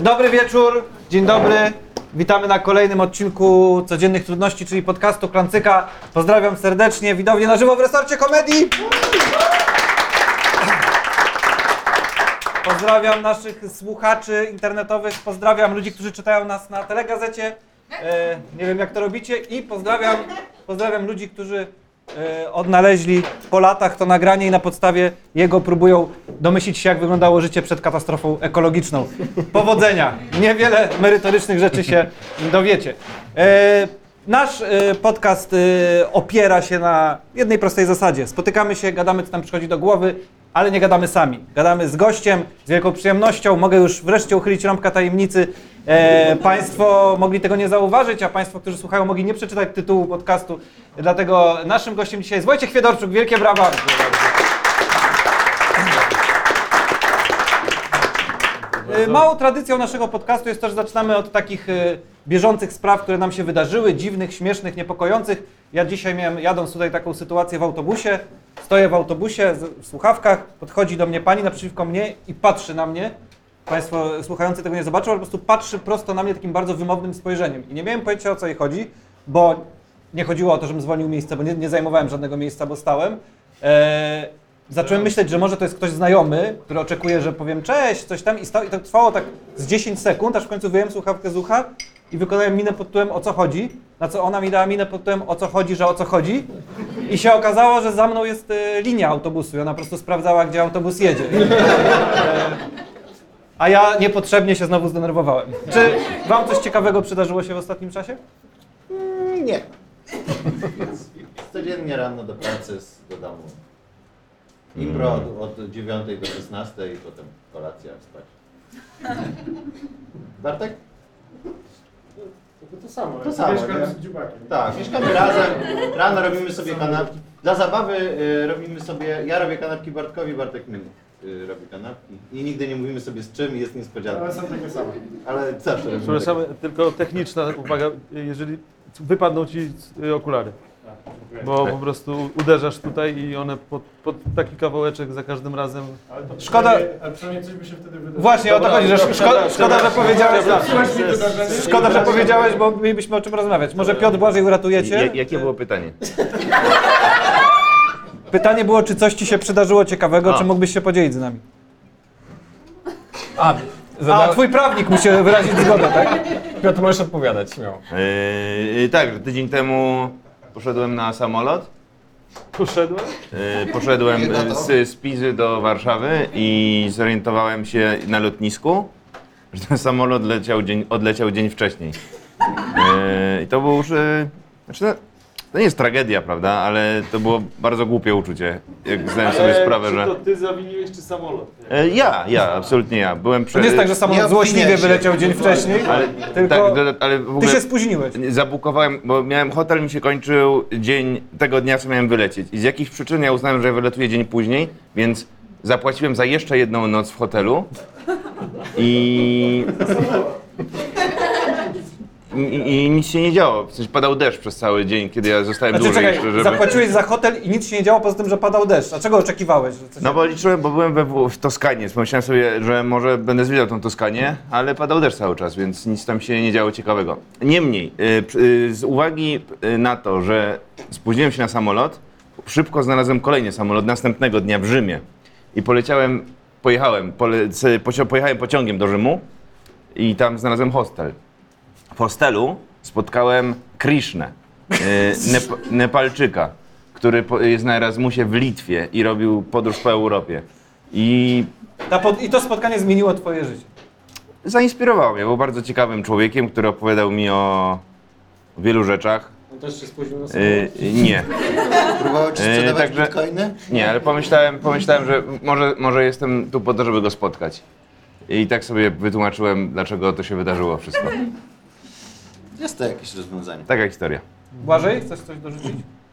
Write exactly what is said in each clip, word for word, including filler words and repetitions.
Dobry wieczór, dzień dobry. Witamy na kolejnym odcinku Codziennych Trudności, czyli podcastu Klancyka. Pozdrawiam serdecznie, widownię na żywo w Resorcie Komedii. Pozdrawiam naszych słuchaczy internetowych, pozdrawiam ludzi, którzy czytają nas na telegazecie. E, nie wiem jak to robicie i pozdrawiam, pozdrawiam ludzi, którzy e, odnaleźli po latach to nagranie i na podstawie jego próbują domyślić się, jak wyglądało życie przed katastrofą ekologiczną. Powodzenia! Niewiele merytorycznych rzeczy się dowiecie. E, nasz e, podcast e, opiera się na jednej prostej zasadzie. Spotykamy się, gadamy, co nam przychodzi do głowy, ale nie gadamy sami. Gadamy z gościem, z wielką przyjemnością. Mogę już wreszcie uchylić rąbka tajemnicy. E, państwo mogli tego nie zauważyć, a Państwo, którzy słuchają, mogli nie przeczytać tytułu podcastu. Dlatego naszym gościem dzisiaj jest Wojciech Fiedorczuk. Wielkie brawa! E, małą tradycją naszego podcastu jest to, że zaczynamy od takich e, bieżących spraw, które nam się wydarzyły, dziwnych, śmiesznych, niepokojących. Ja dzisiaj miałem, jadąc tutaj, taką sytuację w autobusie. Stoję w autobusie, w słuchawkach, podchodzi do mnie pani naprzeciwko mnie i patrzy na mnie. Państwo słuchający tego nie zobaczą, ale po prostu patrzy prosto na mnie takim bardzo wymownym spojrzeniem. I nie miałem pojęcia, o co jej chodzi, bo nie chodziło o to, żebym zwolnił miejsce, bo nie, nie zajmowałem żadnego miejsca, bo stałem. Eee, zacząłem myśleć, że może to jest ktoś znajomy, który oczekuje, że powiem cześć, coś tam i, sta- i to trwało tak z dziesięć sekund, aż w końcu wyjąłem słuchawkę z ucha i wykonałem minę pod tytułem o co chodzi, na co ona mi dała minę pod tytułem o co chodzi, że o co chodzi i się okazało, że za mną jest y, linia autobusu i ona po prostu sprawdzała, gdzie autobus jedzie. A ja niepotrzebnie się znowu zdenerwowałem. Czy wam coś ciekawego przydarzyło się w ostatnim czasie? Mm, nie. Codziennie rano do pracy, do domu. Impro od, od dziewiątej do szesnastej i potem kolacja, spać. Bartek? To samo, to samo mieszkam z dziubakiem. Tak, mieszkamy razem, rano robimy sobie kanapki. Dla zabawy y, robimy sobie, ja robię kanapki Bartkowi, Bartek mi y, robi kanapki. I nigdy nie mówimy sobie z czym i jest niespodzianka. Ale są takie same. Ale zawsze robimy. Przepraszam, tylko techniczna uwaga, jeżeli wypadną ci okulary. Bo po prostu uderzasz tutaj i one pod, pod taki kawałeczek za każdym razem. Ale to Szkoda- przynajmniej- Ale przynajmniej coś by się wtedy wydarzyło. Właśnie o to chodzi, że szkoda, szkoda że powiedziałeś, Zepsułeś mi wydarzenie. szkoda, że powiedziałeś, bo mielibyśmy o czym rozmawiać. Może Piotr Błażej uratujecie? Ja, jakie było pytanie? Pytanie było, czy coś ci się przydarzyło ciekawego, A. czy mógłbyś się podzielić z nami? A, A, zada... twój prawnik musi wyrazić zgodę, tak? Piotr, możesz odpowiadać, śmiało. Yy, tak, że tydzień temu poszedłem na samolot. Poszedłem? Yy, poszedłem z, z Pizy do Warszawy i zorientowałem się na lotnisku, że ten samolot leciał dzień, odleciał dzień wcześniej. Yy, I to było już... Yy, znaczy, to nie jest tragedia, prawda, ale to było bardzo głupie uczucie, jak zdałem sobie sprawę, czy że... to ty zawiniłeś, czy samolot? Yy, ja, ja, absolutnie ja. Byłem To prze... nie jest tak, że samolot Nie złośliwie obwiniaj się. wyleciał dzień wcześniej, Ale, tylko tak, do- ale w ogóle... ty się spóźniłeś. Zabukowałem, bo miałem hotel, mi się kończył dzień tego dnia, co miałem wylecieć. I z jakichś przyczyn ja uznałem, że wyletuję dzień później, więc zapłaciłem za jeszcze jedną noc w hotelu. I... I, I nic się nie działo. W sensie padał deszcz przez cały dzień, kiedy ja zostałem Znaczy, dłużej czekaj, jeszcze, żeby... zapłaciłeś za hotel i nic się nie działo poza tym, że padał deszcz. A czego oczekiwałeś? Że coś No bo liczyłem, bo byłem we, w Toskanie, więc pomyślałem sobie, że może będę zwiedzał tą Toskanię, ale padał deszcz cały czas, więc nic tam się nie działo ciekawego. Niemniej, y, y, z uwagi y, na to, że spóźniłem się na samolot, szybko znalazłem kolejny samolot następnego dnia w Rzymie i poleciałem, pojechałem, pole, c- pocio- pojechałem pociągiem do Rzymu i tam znalazłem hostel. W hostelu spotkałem Krishnę, y, Nep- Nepalczyka, który po- jest na Erasmusie w Litwie i robił podróż po Europie. I Ta pod... I to spotkanie zmieniło twoje życie. zainspirował mnie, był bardzo ciekawym człowiekiem, który opowiadał mi o wielu rzeczach. On też się spóźnił na samolot. Y, nie, Próbował ci Yy, sprzedawać także- bitcoiny? nie, ale pomyślałem, pomyślałem, że może, może jestem tu po to, żeby go spotkać. I tak sobie wytłumaczyłem, dlaczego to się wydarzyło wszystko. Jest to jakieś rozwiązanie. Taka historia. Błażej, chcesz coś dorzucić?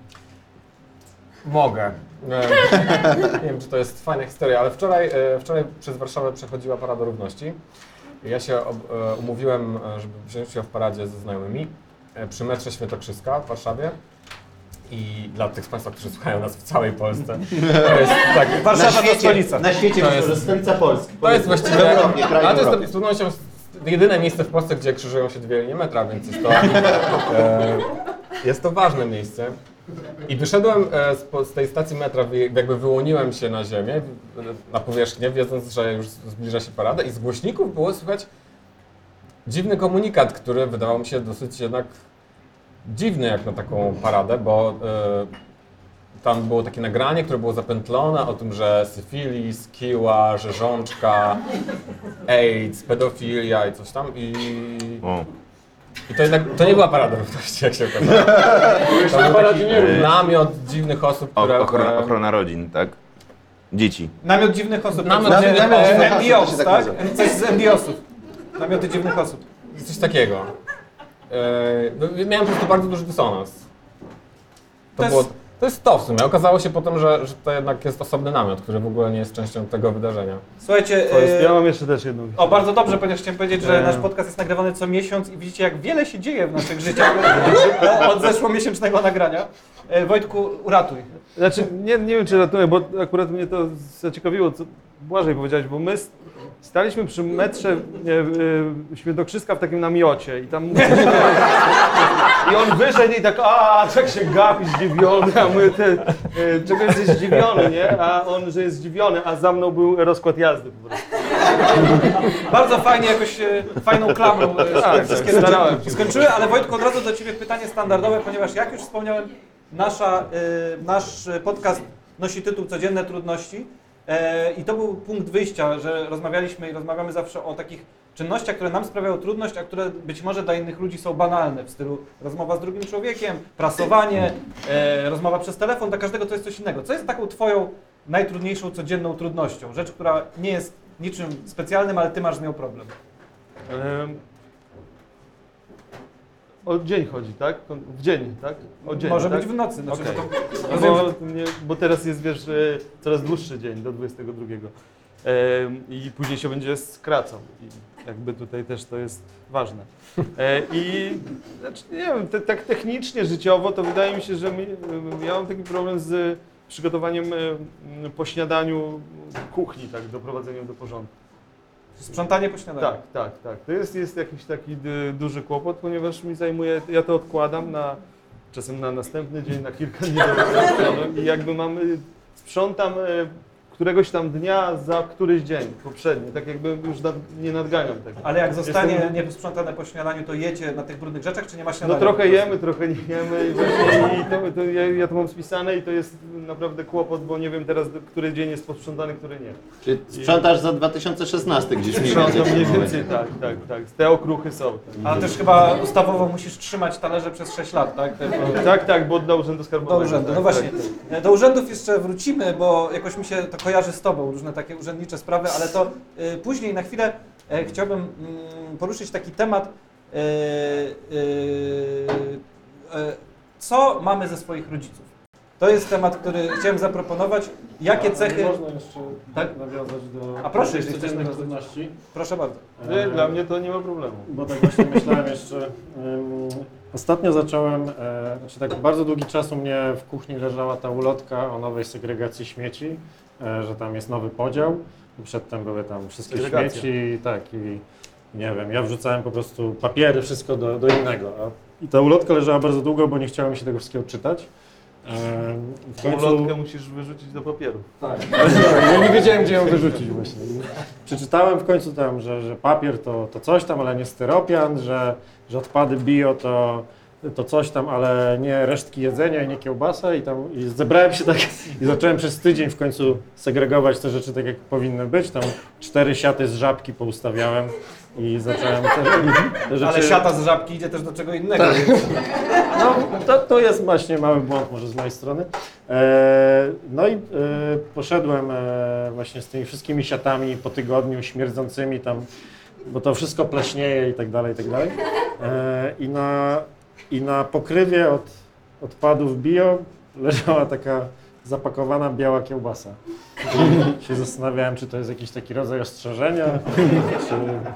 Mogę. E, nie wiem, czy to jest fajna historia, ale wczoraj, e, wczoraj przez Warszawę przechodziła Parada Równości. Ja się ob, e, umówiłem, e, żeby wziąć udział w paradzie ze znajomymi e, przy metrze Świętokrzyska w Warszawie. I dla tych z Państwa, którzy słuchają nas w całej Polsce, to jest tak, Warszawa na świecie, to stolica. Na świecie To to jest- jest stolica Polski. to jest Powiedzmy, właściwie, w Europie, kraj ale to Europy. jest z pewnością jedyne miejsce w Polsce, gdzie krzyżują się dwie linie metra, więc jest to, e, jest to ważne miejsce. I wyszedłem e, z, po- z tej stacji metra, wy- jakby wyłoniłem się na ziemię, w- na powierzchnię, wiedząc, że już zbliża się parada i z głośników było słychać dziwny komunikat, który wydawał mi się dosyć jednak dziwny jak na taką paradę, bo e, tam było takie nagranie, które było zapętlone o tym, że syfilis, kiła, rzeżączka, AIDS, pedofilia i coś tam i... O. I to jednak, to nie była parada równości, jak się okazało. To był taki namiot dziwnych osób, O, które... ochrona, ochrona rodzin, tak? Dzieci. Namiot dziwnych osób. Namiot tak? dziwnych Namiot osób, dziwnych to się osób, tak tak? nazywa. Coś z M B osów. Namioty dziwnych osób. Coś takiego. E, no, miałem po prostu bardzo duży dysonans. To, To było, jest- to jest to w sumie. Okazało się potem, że, że to jednak jest osobny namiot, który w ogóle nie jest częścią tego wydarzenia. Słuchajcie, To jest, e, ja mam jeszcze też jedną. o bardzo dobrze, ponieważ chciałem powiedzieć, że Eee. nasz podcast jest nagrywany co miesiąc i widzicie, jak wiele się dzieje w naszych życiach od zeszłomiesięcznego nagrania. E, Wojtku, uratuj. Znaczy, nie, nie wiem czy ratuję, bo akurat mnie to zaciekawiło, co Błażej powiedziałeś, bo my st- staliśmy przy metrze e, e, Świętokrzyska w takim namiocie i tam i on wyszedł i tak, a tak się gapi zdziwiony, a my te, e, czego jesteś zdziwiony, nie? A on, że jest zdziwiony, a za mną był rozkład jazdy po prostu. Bardzo fajnie, jakoś e, fajną klamrą e, się Tak, te wszystkie tak, rzeczy starałem się. skończyły, ale Wojtku, od razu do Ciebie pytanie standardowe, ponieważ jak już wspomniałem, nasza, e, nasz podcast nosi tytuł Codzienne trudności e, i to był punkt wyjścia, że rozmawialiśmy i rozmawiamy zawsze o takich czynnościach, które nam sprawiają trudność, a które być może dla innych ludzi są banalne, w stylu rozmowa z drugim człowiekiem, prasowanie, e, rozmowa przez telefon, dla każdego to jest coś innego. Co jest taką Twoją najtrudniejszą codzienną trudnością? Rzecz, która nie jest niczym specjalnym, ale Ty masz z nią problem. Em, O dzień chodzi, tak? W dzień, tak? O dzień, Może tak? być w nocy. Znaczy, Okej. że to, rozumiem, że Bo, nie, bo teraz jest, wiesz, e, coraz dłuższy dzień, do dwudziestego drugiego. Em, I później się będzie skracał. I jakby tutaj też to jest ważne. E, I znaczy, nie wiem, te, tak technicznie, życiowo, to wydaje mi się, że mi, e, ja mam taki problem z przygotowaniem e, po śniadaniu kuchni, tak, doprowadzeniem do porządku. sprzątanie po śniadaniu. Tak, tak, tak. To jest, jest jakiś taki dy, duży kłopot, ponieważ mi zajmuje, ja to odkładam na czasem na następny dzień, na kilka dni do przodu i jakby mam, y, sprzątam y, któregoś tam dnia za któryś dzień poprzedni, tak jakby już nad, nie nadganiam tego. Ale jak zostanie Jestem- niesprzątane po śniadaniu, to jecie na tych brudnych rzeczach, czy nie ma No śniadania? trochę jemy, trochę nie jemy i, właśnie, i to, to ja, ja to mam spisane i to jest naprawdę kłopot, bo nie wiem teraz, który dzień jest posprzątany, który nie. Czy sprzątasz za dwa tysiące szesnasty gdzieś mniej Sprzątam więcej? mniej więcej, tak, tak, tak. Te okruchy są. Ale też chyba ustawowo musisz trzymać talerze przez sześć lat, tak? Te, Tak, tak, bo do urzędu skarbowego. do urzędu. tak, No właśnie. tak. Do urzędów jeszcze wrócimy, bo jakoś mi się to kojarzy z Tobą, różne takie urzędnicze sprawy, ale to y, później na chwilę y, chciałbym y, poruszyć taki temat, y, y, y, co mamy ze swoich rodziców. To jest temat, który chciałem zaproponować. Jakie cechy... Można jeszcze Tak? nawiązać do A proszę, tych jeżeli chcesz codziennych nawiązać. trudności. Proszę bardzo. Nie, dla mnie to nie ma problemu. Bo tak właśnie myślałem jeszcze. ym, ostatnio zacząłem, e, znaczy tak bardzo długi czas u mnie w kuchni leżała ta ulotka o nowej segregacji śmieci, e, że tam jest nowy podział. I przedtem były tam wszystkie Segregacja. śmieci, tak i nie wiem, ja wrzucałem po prostu papiery, wszystko do, do innego. A, I ta ulotka leżała bardzo długo, bo nie chciało mi się tego wszystkiego czytać. Em, w końcu... Ulotkę musisz wyrzucić do papieru. Tak, ja nie wiedziałem, gdzie ją wyrzucić właśnie. I przeczytałem w końcu tam, że, że papier to, to coś tam, ale nie styropian, że, że odpady bio to, to coś tam, ale nie resztki jedzenia i nie kiełbasa i tam i zebrałem się tak i zacząłem przez tydzień w końcu segregować te rzeczy tak, jak powinny być. Tam cztery siaty z żabki poustawiałem i zacząłem te, te rzeczy... Ale siata z żabki idzie też do czego innego. Tak. Więc... No, to, to jest właśnie mały błąd może z mojej strony. E, no i e, poszedłem e, właśnie z tymi wszystkimi siatami po tygodniu śmierdzącymi tam, bo to wszystko pleśnieje i tak dalej, i tak dalej. E, i, na, I na pokrywie od odpadów bio leżała taka zapakowana biała kiełbasa. I się zastanawiałem, czy to jest jakiś taki rodzaj ostrzeżenia, czy,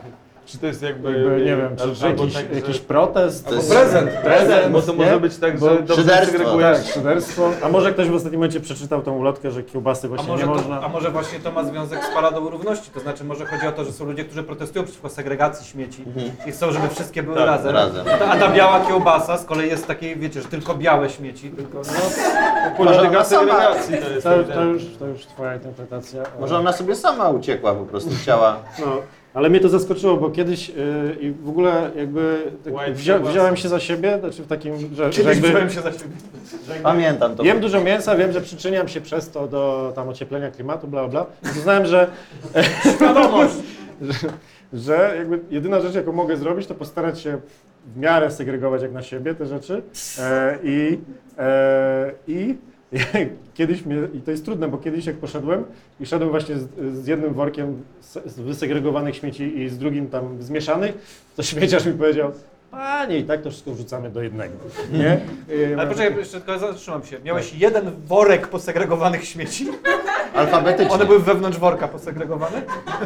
Czy to jest jakby... Jakby, nie wiem, czy, albo czy jakiś, tak, że- jakiś protest? Albo jest- prezent, prezent, bo to nie? może być tak, Bo- że dobrze Szyderstwo. segregujesz. Tak, szyderstwo. A może ktoś w ostatnim momencie przeczytał tą ulotkę, że kiełbasy A właśnie może, nie to, można. a może właśnie to ma związek z Paradą Równości, to znaczy może chodzi o to, że są ludzie, którzy protestują przeciwko segregacji śmieci i chcą, żeby wszystkie były Tak, razem. razem. A ta, a ta biała kiełbasa z kolei jest takiej, wiecie, że tylko białe śmieci, tylko no, Polityka ona sama- segregacji to jest. To, to, już, to już twoja interpretacja. Może ona sobie sama uciekła, po prostu chciała. No, ale mnie to zaskoczyło, bo kiedyś yy, i w ogóle jakby tak White wzią, kiełbasa. wziąłem się za siebie, znaczy w takim, że, że kiedyś jakby wziąłem się za siebie. Pamiętam to. jem dużo mięsa, wiem, że przyczyniam się przez to do tam ocieplenia klimatu, bla bla. I uznałem, że Świadomość. że, że jakby jedyna rzecz, jaką mogę zrobić, to postarać się w miarę segregować jak na siebie te rzeczy e, i, e, i kiedyś mnie, i to jest trudne, bo kiedyś jak poszedłem i szedłem właśnie z, z jednym workiem z, z wysegregowanych śmieci i z drugim tam zmieszanych, to śmieciarz mi powiedział: panie, i tak to wszystko wrzucamy do jednego, nie? I ja Ale miałem poczekaj, takie- jeszcze tylko zatrzymam się. Miałeś jeden worek posegregowanych śmieci? Alfabetycznie. One były wewnątrz worka posegregowane?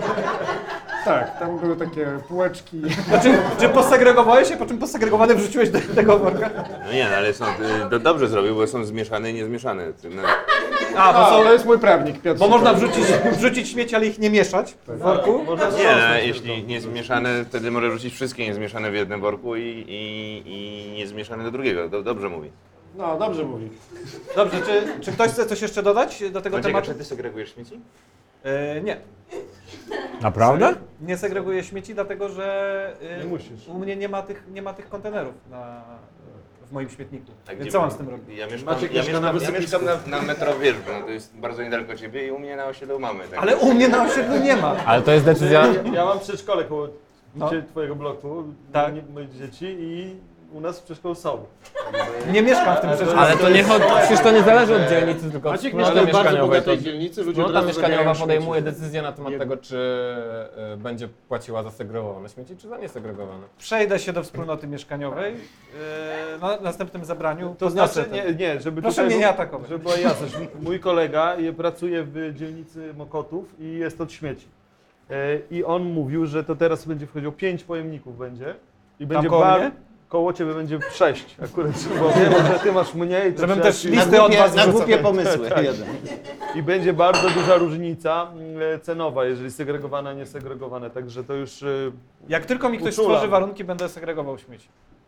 Tak, tam były takie półeczki. Znaczy, czy posegregowałeś się, po czym posegregowane wrzuciłeś do tego worka? No nie, no, ale są, y, to dobrze zrobił, bo są zmieszane i niezmieszane. No, A, bo, A, są, to jest mój prawnik, Piotr. bo można wrzucić, wrzucić śmieci, ale ich nie mieszać w worku? nie, no, jeśli niezmieszane, wtedy może rzucić wszystkie niezmieszane w jednym worku i, i, i niezmieszane do drugiego. Do, dobrze mówi. No, dobrze mówi. Dobrze, czy, czy ktoś chce coś jeszcze dodać do tego Maciek, tematu? czy ty segregujesz śmieci? E, nie. Naprawdę? Nie segreguję śmieci, dlatego że e, Nie musisz. u mnie nie ma tych, nie ma tych kontenerów na, w moim śmietniku. A Więc gdzie co mam wy- z tym robić? Ja mieszkam, Maciek ja mieszka mieszkam, na ja wysypisku. mieszkam na, na metrowierzchu, no to jest bardzo niedaleko ciebie i u mnie na osiedlu mamy. Tak. Ale u mnie na osiedlu nie ma. Ale to jest decyzja... Ja, ja mam przedszkole koło No. cie- twojego bloku, Tak. nie- moich dzieci i u nas w przedszkolu są. Nie mieszkam w tym przedszkolu. Ale to nie chodzi, przecież to nie zależy od dzielnicy, tylko Maciek wspólnota mieszka w bardzo mieszkaniowej. To bogatej dzielnicy, ludzie od wspólnota razu mieszkaniowa zabierają podejmuje śmieci. decyzję na temat tego, czy y, będzie płaciła za segregowane śmieci, czy za niesegregowane. Przejdę się do wspólnoty mieszkaniowej e, na następnym zebraniu. To podniosę znaczy, to. nie, nie, żeby Proszę tutaj mnie był- nie atakować. Żeby była jasność, mój kolega je- pracuje w dzielnicy Mokotów i jest od śmieci. E, I on mówił, że to teraz będzie wchodziło pięć pojemników będzie. I będzie koło bar- mnie? Koło ciebie będzie sześć akurat, bo wiem, że ty masz mniej. to Żebym trzeba też ci- Na listy od głupie, was na wrzucał. głupie pomysły. Jeden. I będzie bardzo duża różnica mm, cenowa, jeżeli segregowane, niesegregowane, także to już... y, Jak tylko mi ktoś Uczulam. stworzy warunki, będę segregował śmieci.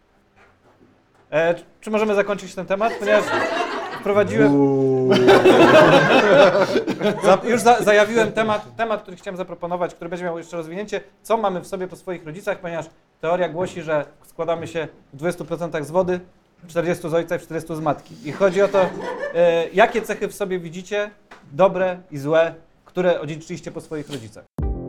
E, czy, czy możemy zakończyć ten temat? Ponieważ wprowadziłem... za, już za, zajawiłem temat, temat, który chciałem zaproponować, który będzie miał jeszcze rozwinięcie. Co mamy w sobie po swoich rodzicach, ponieważ teoria głosi, że składamy się w dwudziestu procentach z wody, czterdziestu z ojca i czterdziestu z matki. I chodzi o to, e, jakie cechy w sobie widzicie, dobre i złe, które odziedziczyliście po swoich rodzicach.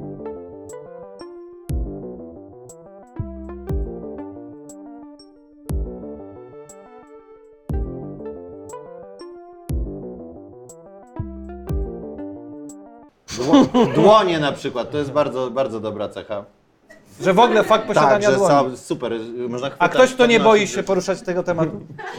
Dło- Dłonie na przykład, to jest bardzo, bardzo dobra cecha. Że w ogóle fakt Tak, posiadania że dłoni. są super, można A chwytać, ktoś, kto nie podnosić boi się rzeczy. poruszać tego tematu?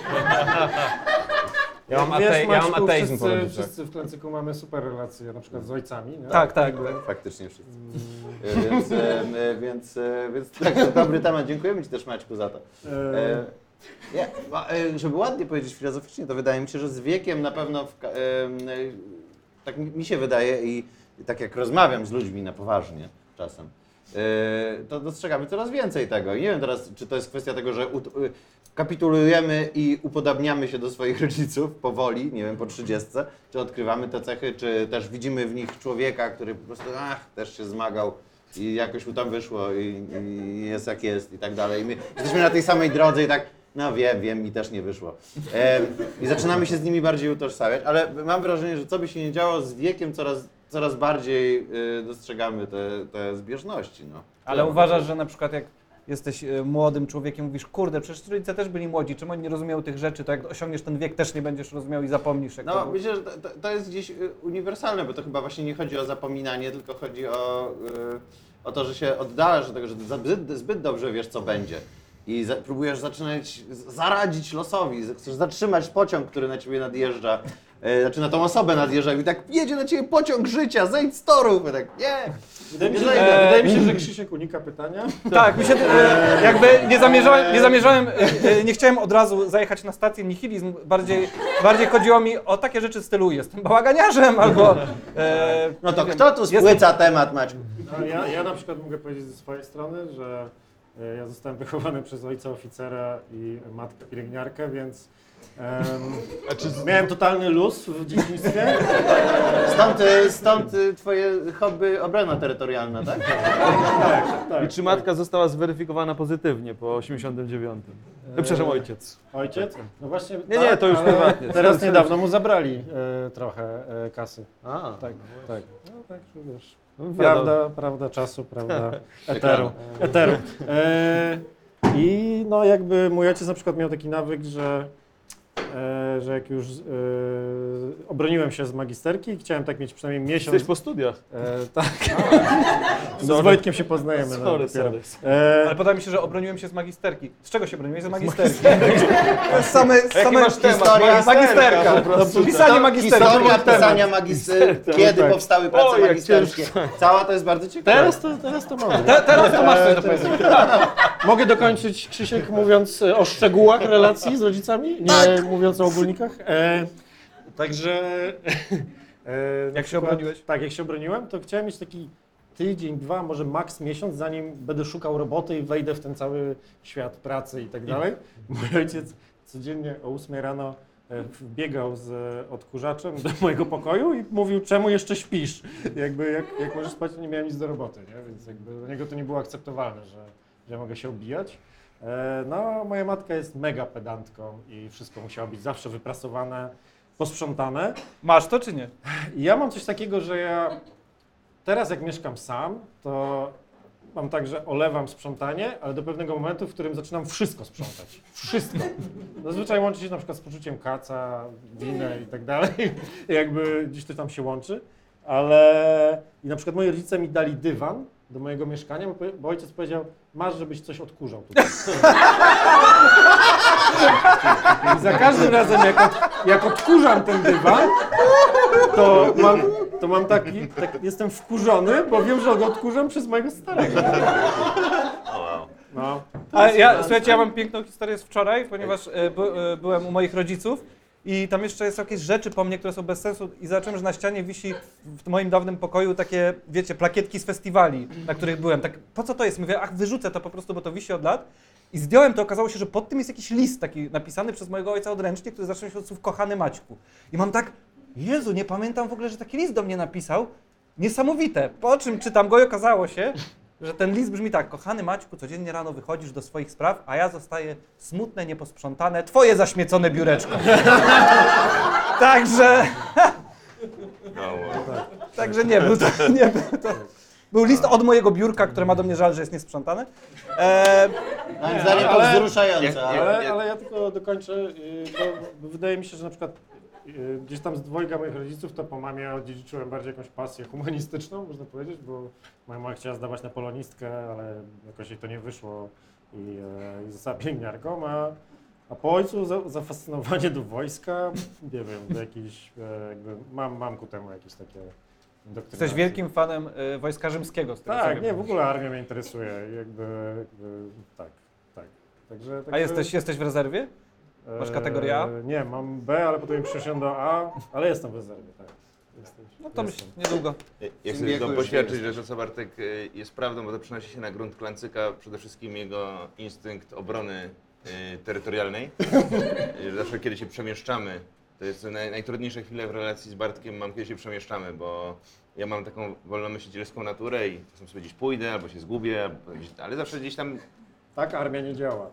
Ja mam, Wiesz, ate, ja mam Maćku, ateizm po wszyscy, rodzicach. wszyscy w Klęcyku mamy super relacje, na przykład z ojcami, nie? Tak, tak. Faktycznie wszyscy. Więc, e, e, więc, e, więc tak, to dobry temat. Dziękujemy Ci też, Maćku, za to. E, nie, ma- e, żeby ładnie powiedzieć filozoficznie, to wydaje mi się, że z wiekiem na pewno, w, ka- e, e, tak mi mi się wydaje i tak jak rozmawiam z ludźmi na poważnie czasem, e, to dostrzegamy coraz więcej tego. I nie wiem teraz, czy to jest kwestia tego, że ut, e, kapitulujemy i upodabniamy się do swoich rodziców powoli, nie wiem, po trzydziestce, czy odkrywamy te cechy, czy też widzimy w nich człowieka, który po prostu ach, też się zmagał i jakoś mu tam wyszło i, i jest jak jest i tak dalej. I my jesteśmy na tej samej drodze i tak, no wiem, wiem, mi też nie wyszło. E, I zaczynamy się z nimi bardziej utożsamiać, ale mam wrażenie, że co by się nie działo, z wiekiem coraz, coraz bardziej y, dostrzegamy te, te zbieżności. No. Ale uważasz, że na przykład jak jesteś e, młodym człowiekiem, mówisz, kurde, przecież rodzice też byli młodzi, czemu oni nie rozumieją tych rzeczy, to jak osiągniesz ten wiek, też nie będziesz rozumiał i zapomnisz. Jak to No, było. myślę, że to, to- to jest gdzieś y, uniwersalne, bo to chyba właśnie nie chodzi o zapominanie, tylko chodzi o, y, o to, że się oddalasz do tego, że za- zbyt, zbyt dobrze wiesz, co będzie. I za, próbujesz zaczynać z- zaradzić losowi, z- chcesz zatrzymać pociąg, który na ciebie nadjeżdża, e, znaczy na tą osobę nadjeżdżają i tak jedzie na ciebie pociąg życia, zejdź z torów. I tak, nie. Wydaje mi się, Nie że, zajdę. wydaje mi się, że Krzysiek unika pytania. Tak, mi się, e, jakby nie zamierzałem, nie zamierzałem, e, e, nie chciałem od razu zajechać na stację nihilizm, bardziej, bardziej chodziło mi o takie rzeczy w stylu jestem bałaganiarzem albo... E, No to nie wiem, kto tu jestem- spłyca temat, Maćku? No, ja, ja na przykład mogę powiedzieć ze swojej strony, że e, ja zostałem wychowany przez ojca oficera i matkę pielęgniarkę, więc em, miałem totalny luz w dzieciństwie. Stąd, e, stąd e, twoje hobby obrona terytorialna, tak? Tak, I czy matka została zweryfikowana pozytywnie po osiemdziesiątym dziewiątym? E, Przepraszam, ojciec. Ojciec? No właśnie. Nie, nie, to już ale prywatnie. Teraz niedawno mu zabrali e, trochę e, kasy. A, Tak, tak. No tak, że wiesz. No, wiadomo. Prawda, prawda czasu, prawda eteru. eteru. E, I no jakby mój ojciec na przykład miał taki nawyk, że, e, że jak już e, obroniłem się z magisterki i chciałem tak mieć przynajmniej miesiąc. Jesteś po studiach. E, tak. Z Wojtkiem się poznajemy. no, Sorry, dopiero. sorry. E, Ale podoba mi się, że obroniłem się z magisterki. Z czego się broniłeś? Z magisterki. To jest same, same masz temat? Historia- magisterka. po prostu. Pisanie magisterki. Historia pisania magisterki, kiedy tak. powstały prace O, jak magisterskie. Cała to jest bardzo ciekawe. teraz to, teraz to mogę. Te, teraz to masz coś do powiedzenia. Mogę dokończyć, Krzysiek, mówiąc e, o szczegółach relacji z rodzicami, nie mówiąc o ogólnikach. E, także... E, na Jak się obroniłeś? Tak, jak się obroniłem, to chciałem mieć taki tydzień, dwa, może maks miesiąc, zanim będę szukał roboty i wejdę w ten cały świat pracy i tak dalej. Mój ojciec codziennie o ósmej rano e, wbiegał z e, odkurzaczem do mojego pokoju i mówił, czemu jeszcze śpisz? Jakby, jak, jak możesz spać, nie miałem nic do roboty, nie? Więc jakby dla niego to nie było akceptowalne, że, że mogę się obijać. E, no, moja matka jest mega pedantką i wszystko musiało być zawsze wyprasowane, posprzątane. Masz to czy nie? I ja mam coś takiego, że ja teraz jak mieszkam sam, to mam tak, że olewam sprzątanie, ale do pewnego momentu, w którym zaczynam wszystko sprzątać. Wszystko. Zazwyczaj łączy się na przykład z poczuciem kaca, winy i tak dalej. Jakby gdzieś to tam się łączy. Ale i na przykład moi rodzice mi dali dywan do mojego mieszkania, bo, powie- bo ojciec powiedział, masz, żebyś coś odkurzał tutaj. I za każdym razem, jak, od, jak odkurzam ten dywan, to mam, to mam taki, tak, jestem wkurzony, bo wiem, że go odkurzam przez mojego starego. No. A ja, słuchajcie, ja mam piękną historię z wczoraj, ponieważ e, by, e, byłem u moich rodziców i tam jeszcze jest jakieś rzeczy po mnie, które są bez sensu i zobaczyłem, że na ścianie wisi w moim dawnym pokoju takie, wiecie, plakietki z festiwali, na których byłem. Tak, po co to jest? Mówię, ach, wyrzucę to po prostu, bo to wisi od lat. I zdjąłem to, okazało się, że pod tym jest jakiś list taki napisany przez mojego ojca odręcznie, który zaczął się od słów kochany Maćku. I mam tak, Jezu, nie pamiętam w ogóle, że taki list do mnie napisał. Niesamowite. Po czym czytam go i okazało się, że ten list brzmi tak: kochany Maćku, codziennie rano wychodzisz do swoich spraw, a ja zostaję smutne, nieposprzątane, twoje zaśmiecone biureczko. Także... Także nie był to, nie był to... Był list od mojego biurka, które ma do mnie żal, że jest niesprzątane. Eee, Moim zdaniem to ale- wzruszające. Jak- ale- Ale, ale ja tylko dokończę, yy, bo wydaje mi się, że na przykład yy, gdzieś tam z dwojga moich rodziców, to po mamie odziedziczyłem bardziej jakąś pasję humanistyczną, można powiedzieć, bo moja mama chciała zdawać na polonistkę, ale jakoś jej to nie wyszło i, yy, i została pielęgniarką, a, a po ojcu za, zafascynowanie do wojska, nie wiem, do jakiejś, yy, jakby mam, mam ku temu jakieś takie indoktrynacje. jesteś wielkim fanem y, wojska rzymskiego. Z tego, co Tak, wiem. nie, w ogóle armia mnie interesuje, jakby, jakby tak, tak. Także, A także, jesteś, jesteś w rezerwie? Masz kategorię A? Eee, Nie, mam B, ale potem mi przeszedłem do A, ale jestem w rezerwie, tak. Jesteś, No to myśl, jestem. niedługo. Ja chcę wieku tylko już poświadczyć, nie że to co Bartek y, jest prawdą, bo to przenosi się na grunt Klancyka, przede wszystkim jego instynkt obrony y, terytorialnej. Y, że zawsze kiedy się przemieszczamy, to jest naj, najtrudniejsze chwile w relacji z Bartkiem mam, kiedy się przemieszczamy, bo ja mam taką wolnomyślicielską naturę i czasem sobie gdzieś pójdę, albo się zgubię, albo gdzieś, ale zawsze gdzieś tam Tak, armia nie działa.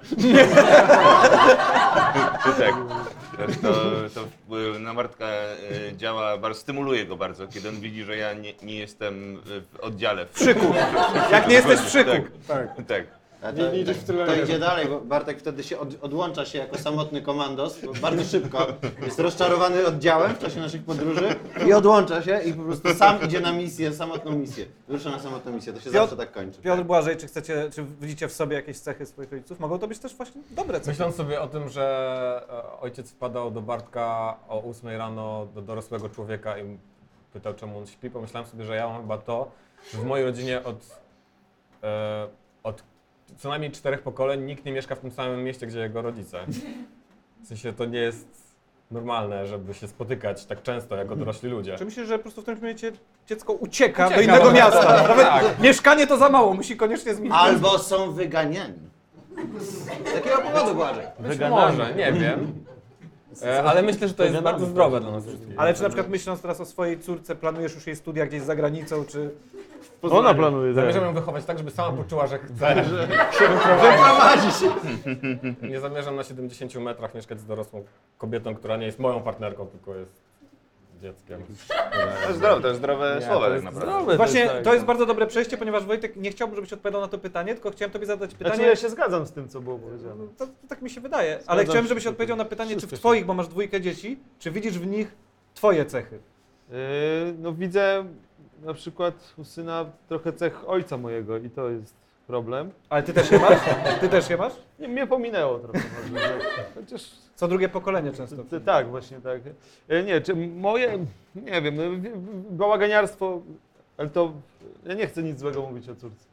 tak. To, to wpływ na Bartka y, działa, bardzo, stymuluje go bardzo, kiedy on widzi, że ja nie, nie jestem w oddziale. W Szyku. Jak nie jesteś w szyku. Tak, Tak. tak. A Nie- nie idziesz w tyle to lepiej. idzie dalej, bo Bartek wtedy się od, odłącza się jako samotny komandos, bo bardzo szybko. Jest rozczarowany oddziałem w czasie naszych podróży i odłącza się i po prostu sam idzie na misję, samotną misję. Wyrusza na samotną misję, to się Piotr- zawsze tak kończy. Piotr Błażej, czy chcecie, czy widzicie w sobie jakieś cechy swoich rodziców? Mogą to być też właśnie dobre cechy. Myśląc sobie o tym, że e, ojciec wpadał do Bartka o ósmej rano do dorosłego człowieka i pytał, czemu on śpi, pomyślałem sobie, że ja mam chyba to, że w mojej rodzinie od, e, od co najmniej czterech pokoleń nikt nie mieszka w tym samym mieście, gdzie jego rodzice. W sensie to nie jest normalne, żeby się spotykać tak często jako dorośli ludzie. Czy myślisz, że po prostu w tym momencie dziecko ucieka, do Ucieka, innego no, miasta? tak, Nawet tak. mieszkanie to za mało, musi koniecznie zmienić. Albo są wyganiani. Z takiego powodu, Błażej. Być może, nie wiem. E, ale myślę, że to jest bardzo zdrowe dla nas wszystkich. Ale czy na przykład myśląc teraz o swojej córce, planujesz już jej studia gdzieś za granicą, czy... Ona planuje, tak. Zamierzam ją wychować tak, żeby sama poczuła, że chce się wyprowadzić. Nie zamierzam na siedemdziesięciu metrach mieszkać z dorosłą kobietą, która nie jest moją partnerką, tylko jest dzieckiem. To jest zdrowe, to jest zdrowe Nie, słowa to tak jest naprawdę. zdrowe. Właśnie tak, to jest no. bardzo dobre przejście, ponieważ Wojtek, nie chciałbym, żebyś odpowiadał na to pytanie, tylko chciałem tobie zadać pytanie. Znaczy ja się zgadzam z tym, co było powiedziane. To, to tak mi się wydaje, ale Zgadzam chciałem, się. żebyś odpowiedział na pytanie, czy w Wszystko się- twoich, bo masz dwójkę dzieci, czy widzisz w nich twoje cechy? Yy, no widzę na przykład u syna trochę cech ojca mojego i to jest problem. Ale ty też je masz? Ty też je masz? Nie, mnie pominęło trochę może, że- chociaż Co drugie pokolenie często. t- tak, właśnie tak. Yy, nie, czy moje, nie wiem, no, w- w- bałaganiarstwo, ale to, ja nie chcę nic złego mówić o córce.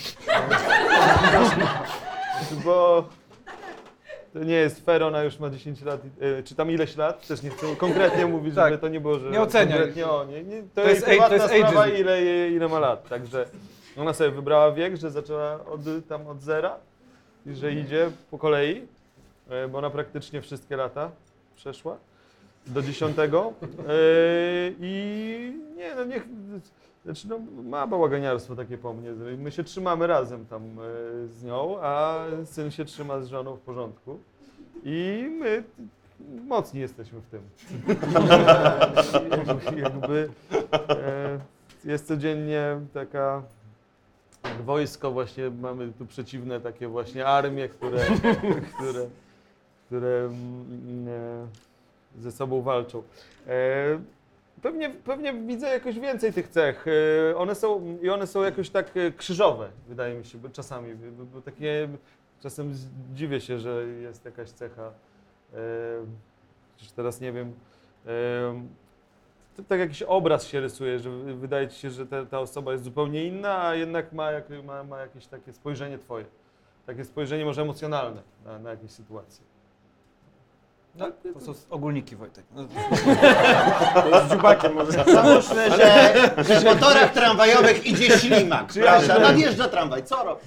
Bo to nie jest fair, ona już ma dziesięć lat, yy, czy tam ileś lat, też nie chcę konkretnie mówić, Tak. żeby to nie było, że Nie oceniaj. konkretnie o nie, nie, to, To jest jest age- prywatna to jest sprawa, ageism. ile, jej- ile ma lat, także ona sobie wybrała wiek, że zaczęła od, tam od zera i że idzie po kolei, e, bo ona praktycznie wszystkie lata przeszła do dziesiątego e, i nie no niech, znaczy no ma bałaganiarstwo takie po mnie, my się trzymamy razem tam e, z nią, a syn się trzyma z żoną w porządku i my mocni jesteśmy w tym. Jakby e, jest codziennie taka jak wojsko, właśnie mamy tu przeciwne takie właśnie armie, które, które, które mm, e, ze sobą walczą. E, Pewnie, pewnie widzę jakoś więcej tych cech. E, One są, i one są jakoś tak e, krzyżowe, wydaje mi się, bo czasami. Bo, bo takie, czasem dziwię się, że jest jakaś cecha. E, Chociaż teraz nie wiem. E, to, tak jakiś obraz się rysuje, że wy- wydaje ci się, że ta, ta osoba jest zupełnie inna, a jednak ma, jak, ma, ma jakieś takie spojrzenie twoje. Takie spojrzenie może emocjonalne na, na jakieś sytuacje. No, to są ogólniki, Wojtek. No, Z dziubakiem może. Załóżmy, że, że w motorach tramwajowych idzie ślimak, prawda? Nadjeżdża tramwaj, co robi?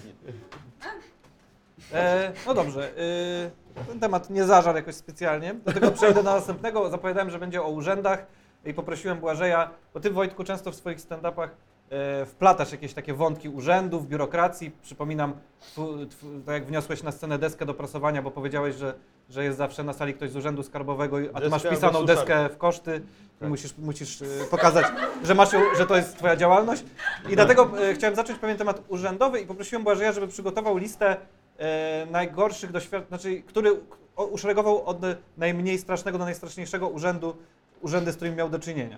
E, no dobrze, e, ten temat nie zażarł jakoś specjalnie, dlatego przejdę do następnego. Zapowiadałem, że będzie o urzędach i poprosiłem Błażeja, bo ty, Wojtku, często w swoich stand-upach e, wplatasz jakieś takie wątki urzędów, biurokracji. Przypominam, tw, tw, tak jak wniosłeś na scenę deskę do prasowania, bo powiedziałeś, że, że jest zawsze na sali ktoś z urzędu skarbowego, a ty Deska masz albo wpisaną suszarka. deskę w koszty i musisz, musisz e, pokazać, że, masz ją, że to jest twoja działalność. I dlatego e, chciałem zacząć pewien temat urzędowy i poprosiłem Błażeja, żeby przygotował listę e, najgorszych doświadczeń, znaczy, który o- uszeregował od najmniej strasznego do najstraszniejszego urzędu, urzędy, z którymi miał do czynienia.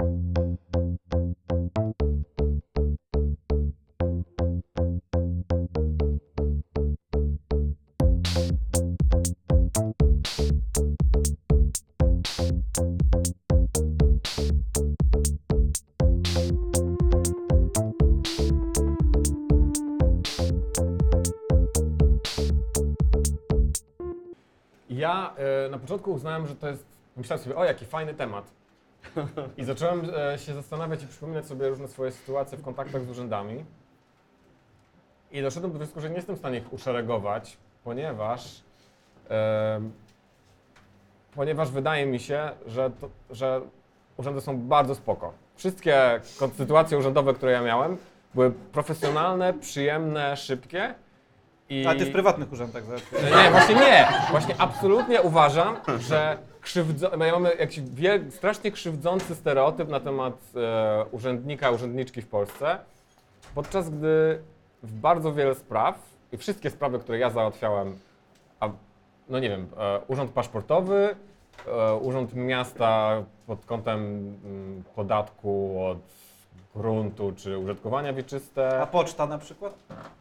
Ja e, na początku uznałem, że to jest, myślałem sobie, o jaki fajny temat. I zacząłem e, się zastanawiać i przypominać sobie różne swoje sytuacje w kontaktach z urzędami. I doszedłem do wniosku, że nie jestem w stanie ich uszeregować, ponieważ, e, ponieważ wydaje mi się, że, to, że urzędy są bardzo spoko. Wszystkie kon- sytuacje urzędowe, które ja miałem, były profesjonalne, przyjemne, szybkie. I... A ty w prywatnych urzędach załatwiłeś. Nie, właśnie nie. Właśnie absolutnie uważam, że krzywdzo... my mamy jakiś wiel... strasznie krzywdzący stereotyp na temat e, urzędnika, urzędniczki w Polsce, podczas gdy w bardzo wiele spraw i wszystkie sprawy, które ja załatwiałem, a, no nie wiem, e, urząd paszportowy, e, urząd miasta pod kątem mm, podatku od gruntu czy użytkowania wieczyste. A poczta na przykład?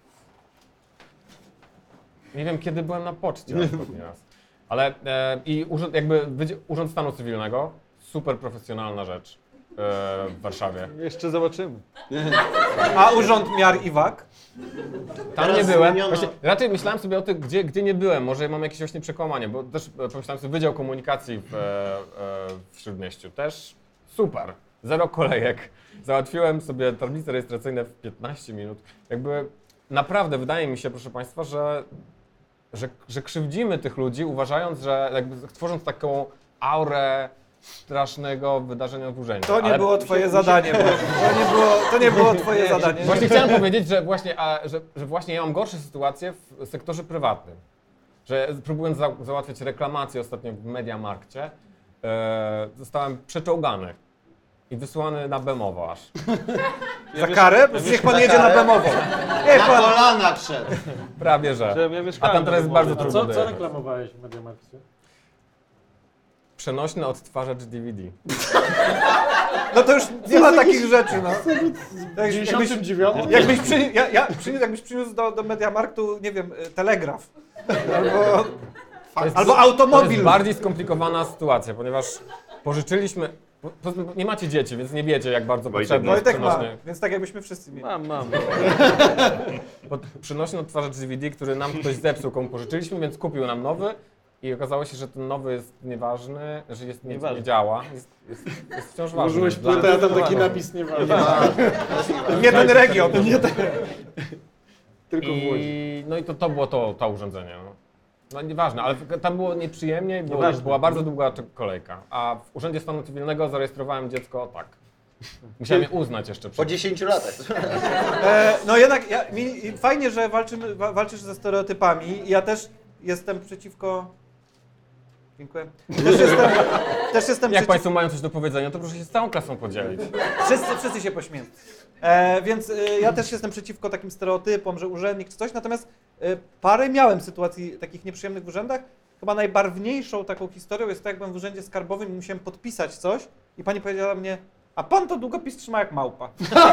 Nie Nie wiem, kiedy byłem na poczcie ostatni raz. Ale e, i urząd, jakby Wydział- Urząd Stanu Cywilnego, super profesjonalna rzecz e, w Warszawie. Jeszcze zobaczymy. A urząd miar i wag? Tam Teraz nie byłem. zmieniono- Właśnie, raczej myślałem sobie o tym, gdzie, gdzie nie byłem. Może mam jakieś właśnie przekłamanie, bo też e, pomyślałem sobie Wydział Komunikacji w, e, e, w Śródmieściu. Też super. Zero kolejek. Załatwiłem sobie tablice rejestracyjne w piętnaście minut. Jakby naprawdę wydaje mi się, proszę Państwa, że, że, że krzywdzimy tych ludzi, uważając, że jakby tworząc taką aurę strasznego wydarzenia w urzędzie. To nie Ale było twoje zadanie, Boże. To nie było, to nie było twoje zadanie. Właśnie chciałem powiedzieć, że właśnie, a, że, że właśnie ja mam gorsze sytuacje w sektorze prywatnym. Że próbując za, załatwiać reklamację ostatnio w Mediamarkcie, e, zostałem przeczołgany i wysłany na Bemowo aż. Za karę? Niech pan jedzie na Bemowo. Nie, Na pan... kolanach szedł. Prawie że. Że ja A mieszkałem tam teraz jest na bardzo A trudno co, co dojechać. reklamowałeś w Mediamarkcie? Przenośny odtwarzacz D V D. No to już nie ma takich rzeczy, no. W Jakbyś, dziewięćdziesiątym dziewiątym? jakbyś, przyni- ja, ja, przyniósł, jakbyś przyniósł do, do Mediamarktu, nie wiem, y, telegraf. Albo, To jest- albo To automobil. jest bardziej skomplikowana sytuacja, ponieważ pożyczyliśmy... po- poza tym Nie macie dzieci, więc nie wiecie, jak bardzo Wojtek potrzebny ma. jest Wojtek ma, przenośny. więc tak jakbyśmy wszyscy mieli. Mam, mam. Pod przynośny odtwarzacz D V D, który nam ktoś zepsuł, komu pożyczyliśmy, więc kupił nam nowy i okazało się, że ten nowy jest nieważny, że jest, nie, Nieważny. nie działa. Jest, jest, jest wciąż ważny. Włożyłeś Dla płytę, a nas. tam taki napis nie ważny. Nie ten region. Tylko w Łodzi. I, no i to, to było to, to urządzenie. No. No nieważne, ale tam było nieprzyjemnie i było, Nieważne. była bardzo długa czek- kolejka. A w Urzędzie Stanu Cywilnego zarejestrowałem dziecko tak. Musiałem je uznać jeszcze Po przed... dziesięciu latach. E, no jednak ja, mi, i fajnie, że walczymy, wa, walczysz ze stereotypami. Ja też jestem przeciwko... Dziękuję. Też jestem, też jestem Jak przeciw... Państwo mają coś do powiedzenia, to proszę się z całą klasą podzielić. Wszyscy, wszyscy się pośmieją. E, więc e, ja też jestem przeciwko takim stereotypom, że urzędnik czy coś, natomiast e, parę miałem sytuacji takich nieprzyjemnych w urzędach. Chyba najbarwniejszą taką historią jest to, jak byłem w urzędzie skarbowym i musiałem podpisać coś i pani powiedziała mnie, a pan to długopis trzyma jak małpa.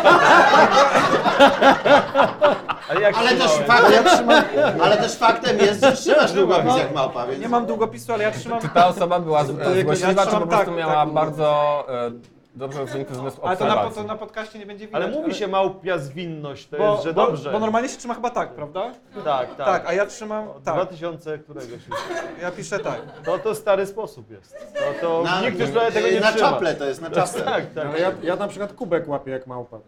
Ale jak Ale też, trzymałem? faktem, ale też faktem jest, że trzymasz długopis jak małpa, więc... Nie mam długopisu, ale ja trzymam... Ta osoba była z- To jakoś- złośliwa, ja czy po trzymam prostu tak, miała tak. bardzo e, dobrze rozwinięty zmysł Ale to na, obserwacji. to na podcaście nie będzie widać. Ale mówi się małpia zwinność, to bo, jest, że bo, dobrze. bo normalnie się trzyma chyba tak, prawda? Tak, tak. Tak, a ja trzymam Od tak. dwa tysiące któregoś już. Ja piszę tak. To to stary sposób jest. To, to Na, nikt już trochę tego nie na trzyma. czaple to jest, na czaple. Tak, tak. Ale ja, ja na przykład kubek łapię jak małpa.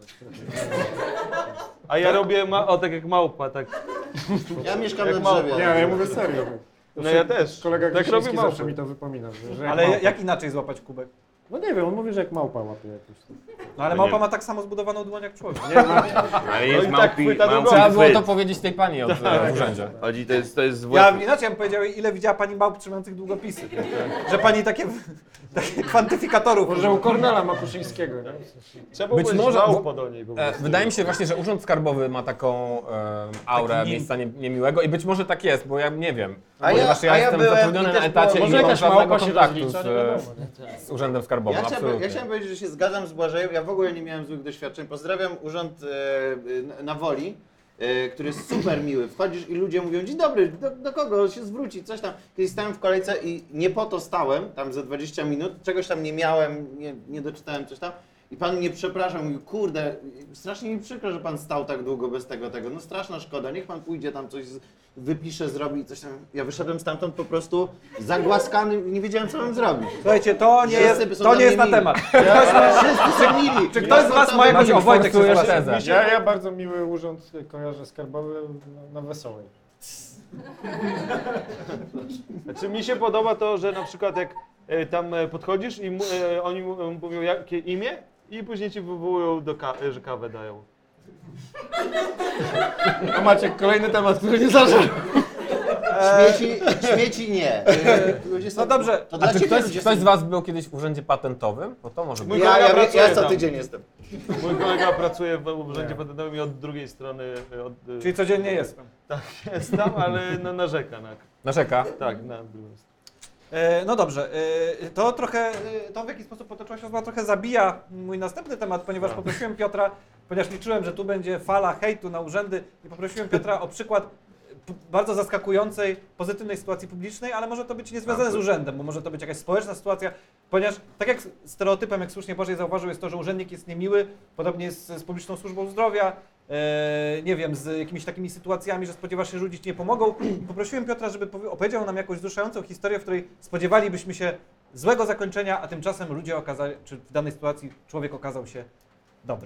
A ja robię ma- o tak jak małpa, tak. Ja mieszkam Jak na małpa. drzewie. Nie, ale ja mówię serio. No ja też. Kolega Tak Krzysiński robi zawsze małpy. mi to wypomina. Że, że jak Ale małpa. jak inaczej złapać kubek? No nie wiem, on mówi, że jak małpa łapie jakoś. No ale No nie. małpa ma tak samo zbudowaną dłoń jak człowiek. Ale No jest i tak małpi, chwyta małpi drugą. Trzeba było chwyt. to powiedzieć tej pani od, e, w urzędzie. Chodzi, to jest, to jest Ja właśnie... inaczej bym powiedział, ile widziała pani małp trzymających długopisy. Że pani takie, takie kwantyfikatorów. Może u Kornela Makuszyńskiego, nie? Trzeba Być być może- małpo do niej po E, prostu. wydaje mi się właśnie, że Urząd Skarbowy ma taką e, aurę Taki nie- miejsca nie, niemiłego i być może tak jest, bo ja nie wiem. A ja- Ponieważ ja, a ja jestem byłem zatrudniony i na też etacie byłem- i Może nie mam jakaś żadnego małpa się kontaktu rozlicza, z, nie wiadomo. Nie? z Urzędem Skarbowym, Ja chciałem, absolutnie. ja chciałem powiedzieć, że się zgadzam z Błażejem. Ja w ogóle nie miałem złych doświadczeń. Pozdrawiam urząd e, na Woli, e, który jest super miły. Wchodzisz i ludzie mówią, dzień dobry, do, do kogo się zwrócić, coś tam. Kiedyś stałem w kolejce i nie po to stałem, tam za dwadzieścia minut, czegoś tam nie miałem, nie, nie doczytałem coś tam. I pan mnie przepraszał, mówił, kurde, strasznie mi przykro, że pan stał tak długo bez tego, tego. No straszna szkoda, niech pan pójdzie tam coś, z, wypisze, zrobi coś tam. Ja wyszedłem stamtąd po prostu zagłaskany i nie wiedziałem, co mam zrobić. Słuchajcie, to nie Wszyscy jest, są to dla nie jest mnie na mili. temat. Wszyscy są mili. Czy ktoś z was ma jakąś... Maciek, O, Wojtek się forsujesz zgłasza. tezę. Ja, ja bardzo miły urząd kojarzę skarbowy na, na Wesołej. Znaczy mi się podoba to, że na przykład jak e, tam e, podchodzisz i mu, e, oni mu- mówią jakie imię i później ci wywołują, do ka- że kawę dają. A Maciek, kolejny temat, który nie zaczął. Śmieci, śmieci nie. Ludzie są- No dobrze, To A dla czy ciebie ktoś, ludzie ktoś są- z was był kiedyś w urzędzie patentowym? Bo to może być. Mój Ja, kolega ja, pracuje ja co tam. tydzień jestem. Mój kolega pracuje w urzędzie patentowym i od drugiej strony... Od, Czyli codziennie jestem. tak, jest tam, ale no, narzeka na... Narzeka. Tak, na drugą stronę. E, no dobrze, e, to trochę, e, to w jaki sposób potoczyła się rozmowa trochę zabija mój następny temat, ponieważ No. poprosiłem Piotra, ponieważ liczyłem, że tu będzie fala hejtu na urzędy i poprosiłem Piotra o przykład p- bardzo zaskakującej, pozytywnej sytuacji publicznej, ale może to być niezwiązane z urzędem, bo może to być jakaś społeczna sytuacja, ponieważ tak jak stereotypem, jak słusznie Bożej zauważył, jest to, że urzędnik jest niemiły, podobnie jest z publiczną służbą zdrowia, e, nie wiem, z jakimiś takimi sytuacjami, że spodziewasz się, że ludzie ci nie pomogą. I poprosiłem Piotra, żeby powie- opowiedział nam jakąś wzruszającą historię, w której spodziewalibyśmy się złego zakończenia, a tymczasem ludzie okazali, czy w danej sytuacji człowiek okazał się dobry.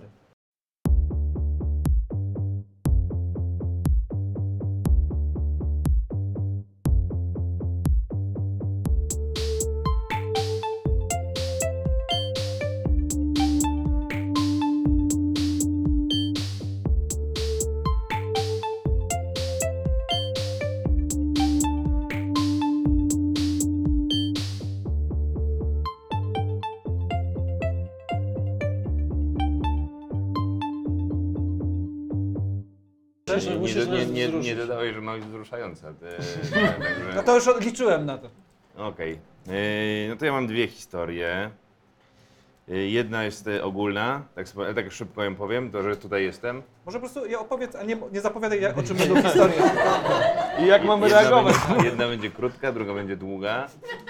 Nie, Musisz nie, nas nie, nie wzruszyć. dodałeś, że ma być wzruszająca. e, Także... No to już liczyłem na to. Okej. Yy, No to ja mam dwie historie. Yy, Jedna jest e, ogólna, tak, spo- tak szybko ją powiem, to że tutaj jestem. Może po prostu je opowiedz, a nie, nie zapowiadaj, jak- o czym będą historie. I jak mamy Jedna reagować? będzie, jedna będzie krótka, druga będzie długa.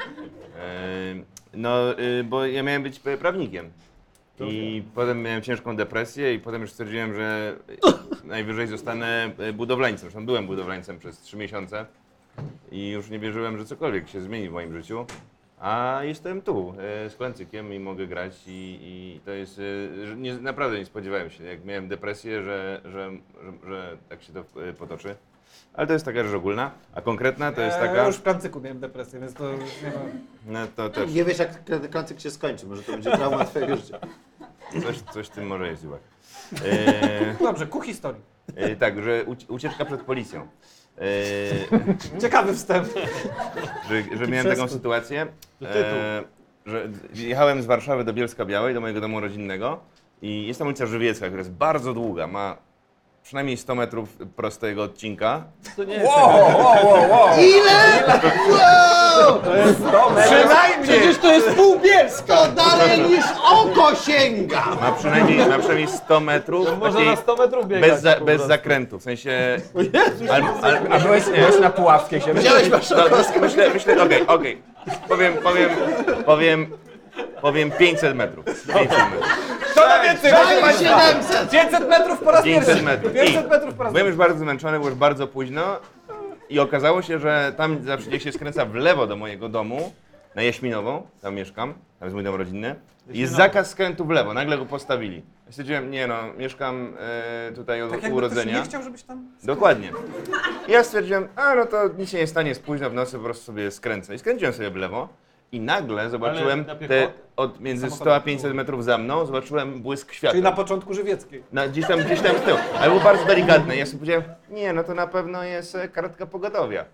Yy, No, yy, bo ja miałem być p- prawnikiem. I potem miałem ciężką depresję i potem już stwierdziłem, że najwyżej zostanę e, budowlańcem. Zresztą byłem budowlańcem przez trzy miesiące i już nie wierzyłem, że cokolwiek się zmieni w moim życiu. A jestem tu e, z Klęcykiem i mogę grać i, i to jest, e, że nie, naprawdę nie spodziewałem się, jak miałem depresję, że, że, że, że tak się to e, potoczy. Ale to jest taka rzecz ogólna, a konkretna to jest E, taka, Ja już w Klancyku miałem depresję, więc to już nie ma... no to też Nie wiesz, jak k- koncert się skończy, może to będzie trauma twojego życia. coś, coś w tym może jest, Iwak. E, Dobrze, ku historii. e, tak, że uci- ucieczka przed policją. E, Ciekawy wstęp. że, że miałem taką sytuację, e, że jechałem z Warszawy do Bielska Białej, do mojego domu rodzinnego i jest tam ulica Żywiecka, która jest bardzo długa, ma przynajmniej sto metrów prostego odcinka. To nie jest Ile? Wow! Przynajmniej! Przecież to jest pół Bielska! To dalej niż oko sięga! Ma przynajmniej, ma przynajmniej sto metrów, Można takiej na sto metrów biegać. bez, za, po bez prostu. zakrętu, w sensie... Al, al, A byłeś, byłeś na pułapkę się Widziałeś marszałkowską? no, myślę, myślę, okej, okej, powiem, powiem, powiem, powiem pięćset metrów. pięćset metrów. Kto na więcej? Daję siedemset! pięćset metrów po raz pięćset pierwszy. metrów. pięćset I metrów po raz byłem pierwszy. już bardzo zmęczony, było już bardzo późno i okazało się, że tam zawsze jak się skręca w lewo do mojego domu, na Jaśminową, tam mieszkam, tam jest mój dom rodzinny, jest zakaz skrętu w lewo, nagle go postawili. Ja stwierdziłem, nie no, mieszkam e, tutaj od Tak jakby urodzenia. ktoś nie chciał, żebyś tam... Dokładnie. I ja stwierdziłem, a no to nic się nie stanie, jest późno w nocy, po prostu sobie skręcę. I skręciłem sobie w lewo i nagle zobaczyłem na te piechotę? od między sto a pięćset metrów za mną, zobaczyłem błysk światła. Czyli na początku Żywieckiej. Na, gdzieś tam, gdzieś tam w tył, ale był bardzo delikatny. Ja sobie powiedziałem, nie, no to na pewno jest e, kartka pogotowia.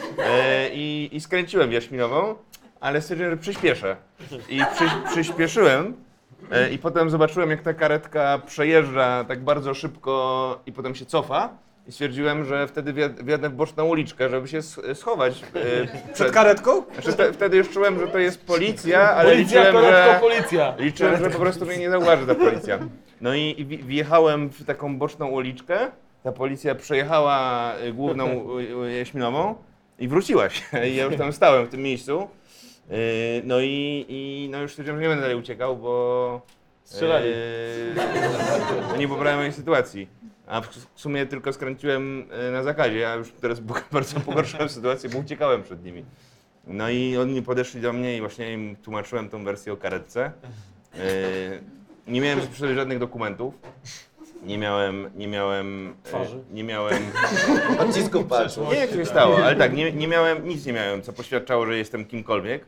E, i, I skręciłem w Jaśminową, ale stwierdziłem, że przyspieszę. I przy, przyspieszyłem e, i potem zobaczyłem, jak ta karetka przejeżdża tak bardzo szybko i potem się cofa. I stwierdziłem, że wtedy wjad- wjadę w boczną uliczkę, żeby się sch- schować. E, Przed karetką? Znaczy, te, wtedy już czułem, że to jest policja, ale Policja, liczyłem, karetko, że... policja. Liczyłem, że po prostu mnie nie zauważy ta policja. No i, i wj- wjechałem w taką boczną uliczkę, ta policja przejechała y, główną y, y, Jaśminową i wróciła się. I ja już tam stałem w tym miejscu. Y, No i, i no już stwierdziłem, że nie będę dalej uciekał, bo... Strzelali. y, no nie poprawiam mojej sytuacji. A w w sumie tylko skręciłem y, na zakazie, ja już teraz bardzo pogorszyłem sytuację, bo uciekałem przed nimi. No i oni podeszli do mnie i właśnie im tłumaczyłem tą wersję o karetce. Yy, nie miałem przy sobie żadnych dokumentów. Nie miałem, nie miałem, Twarzy. yy, nie miałem, Odcisku patrz. nie wiem jak to się stało, ale tak, nie, nie miałem, nic nie miałem, co poświadczało, że jestem kimkolwiek.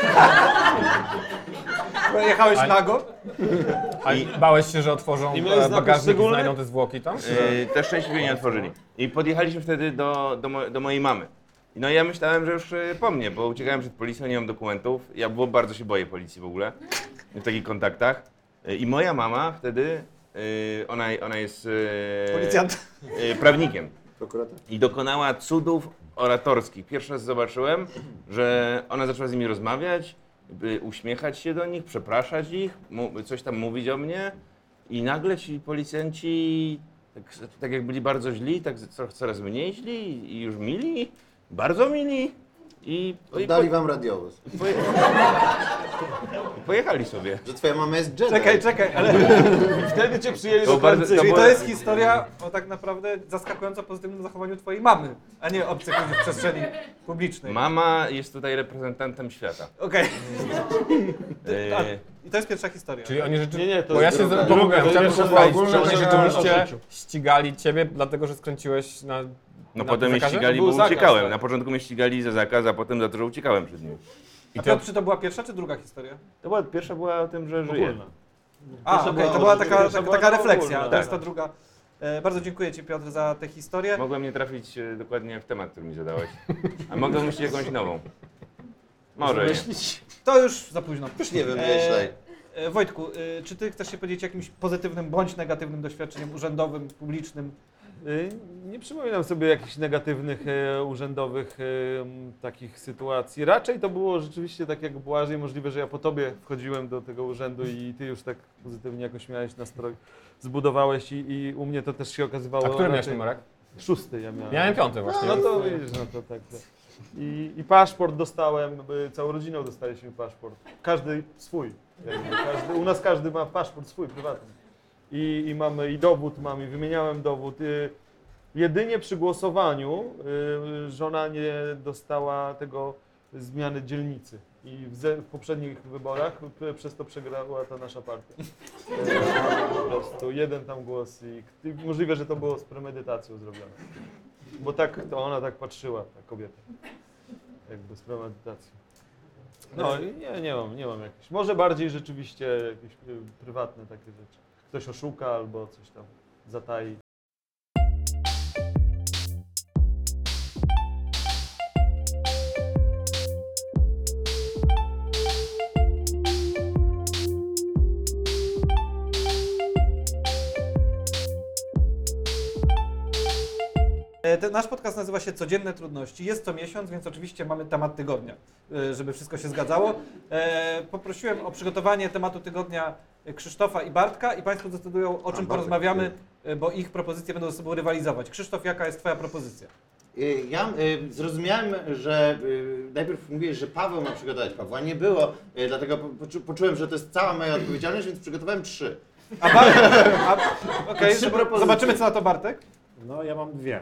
Jechałeś nago? A I- bałeś się, że otworzą I miałeś e, znaki bagażnik i szczególne? znajdą te zwłoki tam? Yy, też szczęśliwie nie otworzyli. I podjechaliśmy wtedy do, do, mo- do mojej mamy. No i ja myślałem, że już yy, po mnie, bo uciekałem przed policją, nie mam dokumentów. Ja było, bardzo się boję policji w ogóle, w takich kontaktach. Yy, I moja mama wtedy y, ona, ona jest y, Policjant. y, prawnikiem Prokurator? i dokonała cudów oratorskich. Pierwszy raz zobaczyłem, że ona zaczęła z nimi rozmawiać, by uśmiechać się do nich, przepraszać ich, mu, coś tam mówić o mnie i nagle ci policjanci, tak, tak jak byli bardzo źli, tak co- coraz mniej źli i już mili, bardzo mili i, i Dali wam radiowóz. poje, pojechali sobie. Że twoja mama jest Jedi. Czekaj, czekaj, ale Wtedy cię przyjęli To do bardzo- pracy. czyli było- to jest historia o tak naprawdę zaskakująco pozytywnym zachowaniu twojej mamy, a nie obcych ludzi w przestrzeni publicznej. Mama jest tutaj reprezentantem świata. Okej. A, E, I to jest pierwsza historia. Czyli oni rzeczywiście... Nie, nie, to Bo ja jest się druga- zapomniałem, druga- chciałem druga- pochwalić, ogólna że oni rzecz o rzeczywiście życiu. ścigali ciebie, dlatego że skręciłeś na... No na potem mnie zakazie? ścigali, Był bo zakaz, uciekałem. tak. Na początku mnie ścigali za zakaz, a potem za to, że uciekałem przed nim. A Piotr, czy to była pierwsza czy druga historia? To była, pierwsza była o tym, że żyję. Ogólna. A, Pierwsza okej, była to była ogólna, taka, pierwsza taka, była taka na refleksja, a ogólna, to jest ta tak. druga. E, bardzo dziękuję Ci Piotr za tę historię. Mogłem nie trafić e, dokładnie w temat, który mi zadałeś. A mogłem myśleć jakąś nową. Może nie. Myślić? To już za późno. Już nie wymyślaj. E, Wojtku, e, czy Ty chcesz się podzielić jakimś pozytywnym bądź negatywnym doświadczeniem urzędowym, publicznym? Y, Nie przypominam sobie jakichś negatywnych, e, urzędowych e, m, takich sytuacji. Raczej to było rzeczywiście tak jak Błażej, możliwe, że ja po tobie wchodziłem do tego urzędu i ty już tak pozytywnie jakoś miałeś nastrój, zbudowałeś i, i u mnie to też się okazywało. A który miałeś raczej- numerek? Szósty ja miałem. Miałem piąty właśnie. No to widzisz, no to tak. tak. I, I paszport dostałem, by całą rodziną dostaliśmy paszport. Każdy swój. jakby. Każdy, u nas każdy ma paszport swój, prywatny. I, i mamy i dowód mam, i wymieniałem dowód. Y, jedynie przy głosowaniu y, żona nie dostała tego zmiany dzielnicy. I w, ze, w poprzednich wyborach p- przez to przegrała ta nasza partia. Y, po prostu jeden tam głos i, i możliwe, że to było z premedytacją zrobione. Bo tak to ona tak patrzyła, ta kobieta. Jakby z premedytacją. No i nie, nie mam, nie mam jakichś. Może bardziej rzeczywiście jakieś y, prywatne takie rzeczy. Ktoś oszuka albo coś tam zatai. E, Ten nasz podcast nazywa się Codzienne Trudności. Jest to miesiąc, więc oczywiście mamy temat tygodnia, e, żeby wszystko się zgadzało. E, Poprosiłem o przygotowanie tematu tygodnia Krzysztofa i Bartka i Państwo zdecydują, o czym Bartek, porozmawiamy, e, bo ich propozycje będą ze sobą rywalizować. Krzysztof, jaka jest Twoja propozycja? Y, Ja y, zrozumiałem, że y, najpierw mówiłeś, że Paweł ma przygotować. Pawła nie było, y, dlatego po, poczu, poczułem, że to jest cała moja odpowiedzialność, więc przygotowałem trzy. A Bartek, a, okej, Trzy zob- propozycje. zobaczymy co na to Bartek. No ja mam dwie.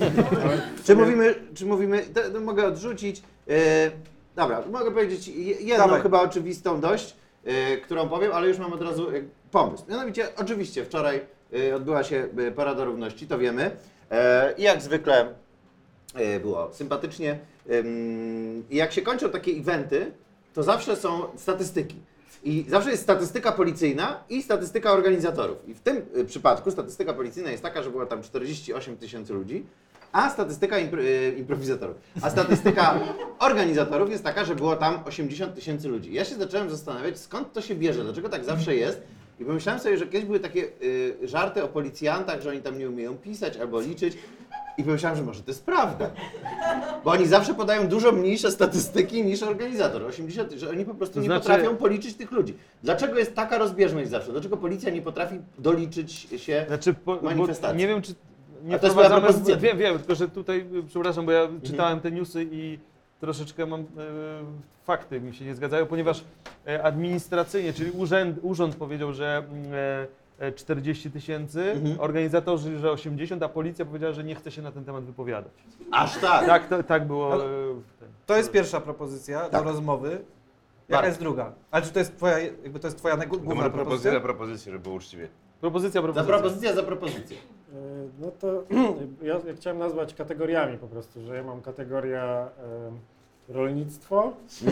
Czy mówimy, czy mówimy, to, to mogę odrzucić. Yy, dobra, mogę powiedzieć je- jedną Dawaj. chyba oczywistą dość, yy, którą powiem, ale już mam od razu yy, pomysł. Mianowicie, oczywiście wczoraj yy, odbyła się yy, Parada Równości, to wiemy. Yy, I jak zwykle yy, było sympatycznie. Yy, I jak się kończą takie eventy, to zawsze są statystyki. I zawsze jest statystyka policyjna i statystyka organizatorów. I w tym y, przypadku statystyka policyjna jest taka, że było tam czterdzieści osiem tysięcy ludzi, a statystyka impro, y, improwizatorów. A statystyka organizatorów jest taka, że było tam osiemdziesiąt tysięcy ludzi. Ja się zacząłem zastanawiać, skąd to się bierze, dlaczego tak zawsze jest. I pomyślałem sobie, że kiedyś były takie y, żarty o policjantach, że oni tam nie umieją pisać albo liczyć. I pomyślałem, że może to jest prawda. Bo oni zawsze podają dużo mniejsze statystyki niż organizator. osiemdziesiąt, że oni po prostu To nie znaczy- potrafią policzyć tych ludzi. Dlaczego jest taka rozbieżność zawsze? Dlaczego policja nie potrafi doliczyć się? Znaczy, po, bo Manifestacja. nie wiem, czy nie A to jest moja wprowadzamy- propozycja. Wiem, wiem, tylko że tutaj, y, przepraszam, bo ja czytałem te newsy i troszeczkę mam, e, fakty mi się nie zgadzają, ponieważ e, administracyjnie, czyli urząd, urząd powiedział, że e, e, czterdzieści tysięcy, Mhm. organizatorzy, że osiemdziesiąt, a policja powiedziała, że nie chce się na ten temat wypowiadać. Aż tak. Tak, to, tak było. Ale- e, w tym. To jest pierwsza propozycja Tak. do rozmowy. Jaka Bardzo. jest druga? Ale czy to jest Twoja, jakby to jest twoja neg- To główna może propozycja propozycja? za propozycję, żeby było uczciwie. Propozycja, Za propozycja. propozycja, za propozycję. E, No to ja, ja chciałem nazwać kategoriami po prostu, że ja mam kategoria e, rolnictwo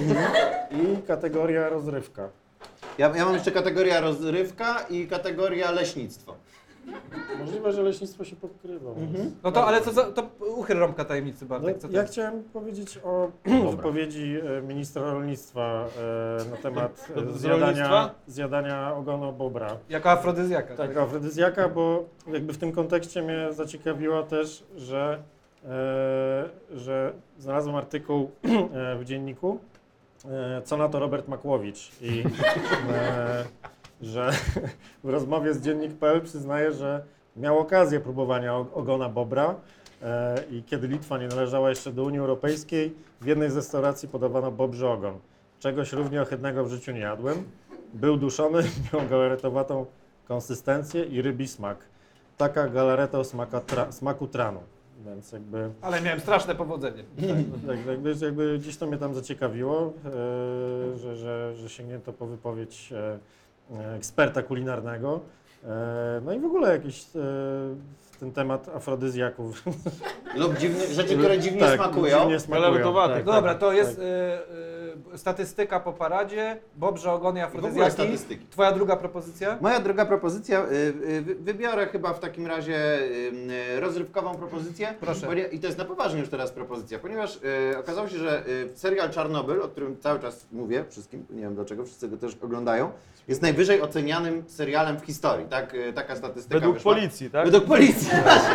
i kategoria rozrywka. Ja, ja mam jeszcze kategoria rozrywka i kategoria leśnictwo. Możliwe, że leśnictwo się pokrywa. Mhm. No to, ale co za, to uchyl rąbka tajemnicy, No, Bartek. Co to ja jest? chciałem powiedzieć o wypowiedzi e, ministra rolnictwa e, na temat e, Z zjadania, rolnictwa? zjadania ogona bobra. Jako afrodyzjaka. Tak, afrodyzjaka, bo jakby w tym kontekście mnie zaciekawiło też, że, e, że znalazłem artykuł e, w dzienniku, e, co na to Robert Makłowicz i e, że w rozmowie z dziennik kropka pe el przyznaje, że miał okazję próbowania og- ogona bobra e, i kiedy Litwa nie należała jeszcze do Unii Europejskiej, w jednej z restauracji podawano bobrzy ogon. Czegoś równie ohydnego w życiu nie jadłem. Był duszony, miał galaretowatą konsystencję i rybi smak. Taka galareta o smaka tra- smaku tranu. Więc jakby, Ale miałem straszne powodzenie. tak, jakby, jakby gdzieś to mnie tam zaciekawiło, e, że, że, że sięgnięto po wypowiedź e, e, eksperta kulinarnego. E, no i w ogóle jakiś e, ten temat afrodyzjaków. Lub dziwne, rzeczy, które dziwnie tak, smakują. Dziwnie smakują. Galaretowate. Tak, Dobra, tak, to jest tak. y, y, statystyka po paradzie, bobrze, ogony, W ogóle afrodyzjaki. statystyki. Twoja druga propozycja? Moja druga propozycja, y, y, wy- wybiorę chyba w takim razie y, y, rozrywkową propozycję. Proszę. Ponie- I to jest na poważnie już teraz propozycja, ponieważ y, okazało się, że y, serial Czarnobyl, o którym cały czas mówię wszystkim, nie wiem dlaczego, wszyscy go też oglądają, jest najwyżej ocenianym serialem w historii, tak? Y, taka statystyka Według wyszła. policji, tak? Według policji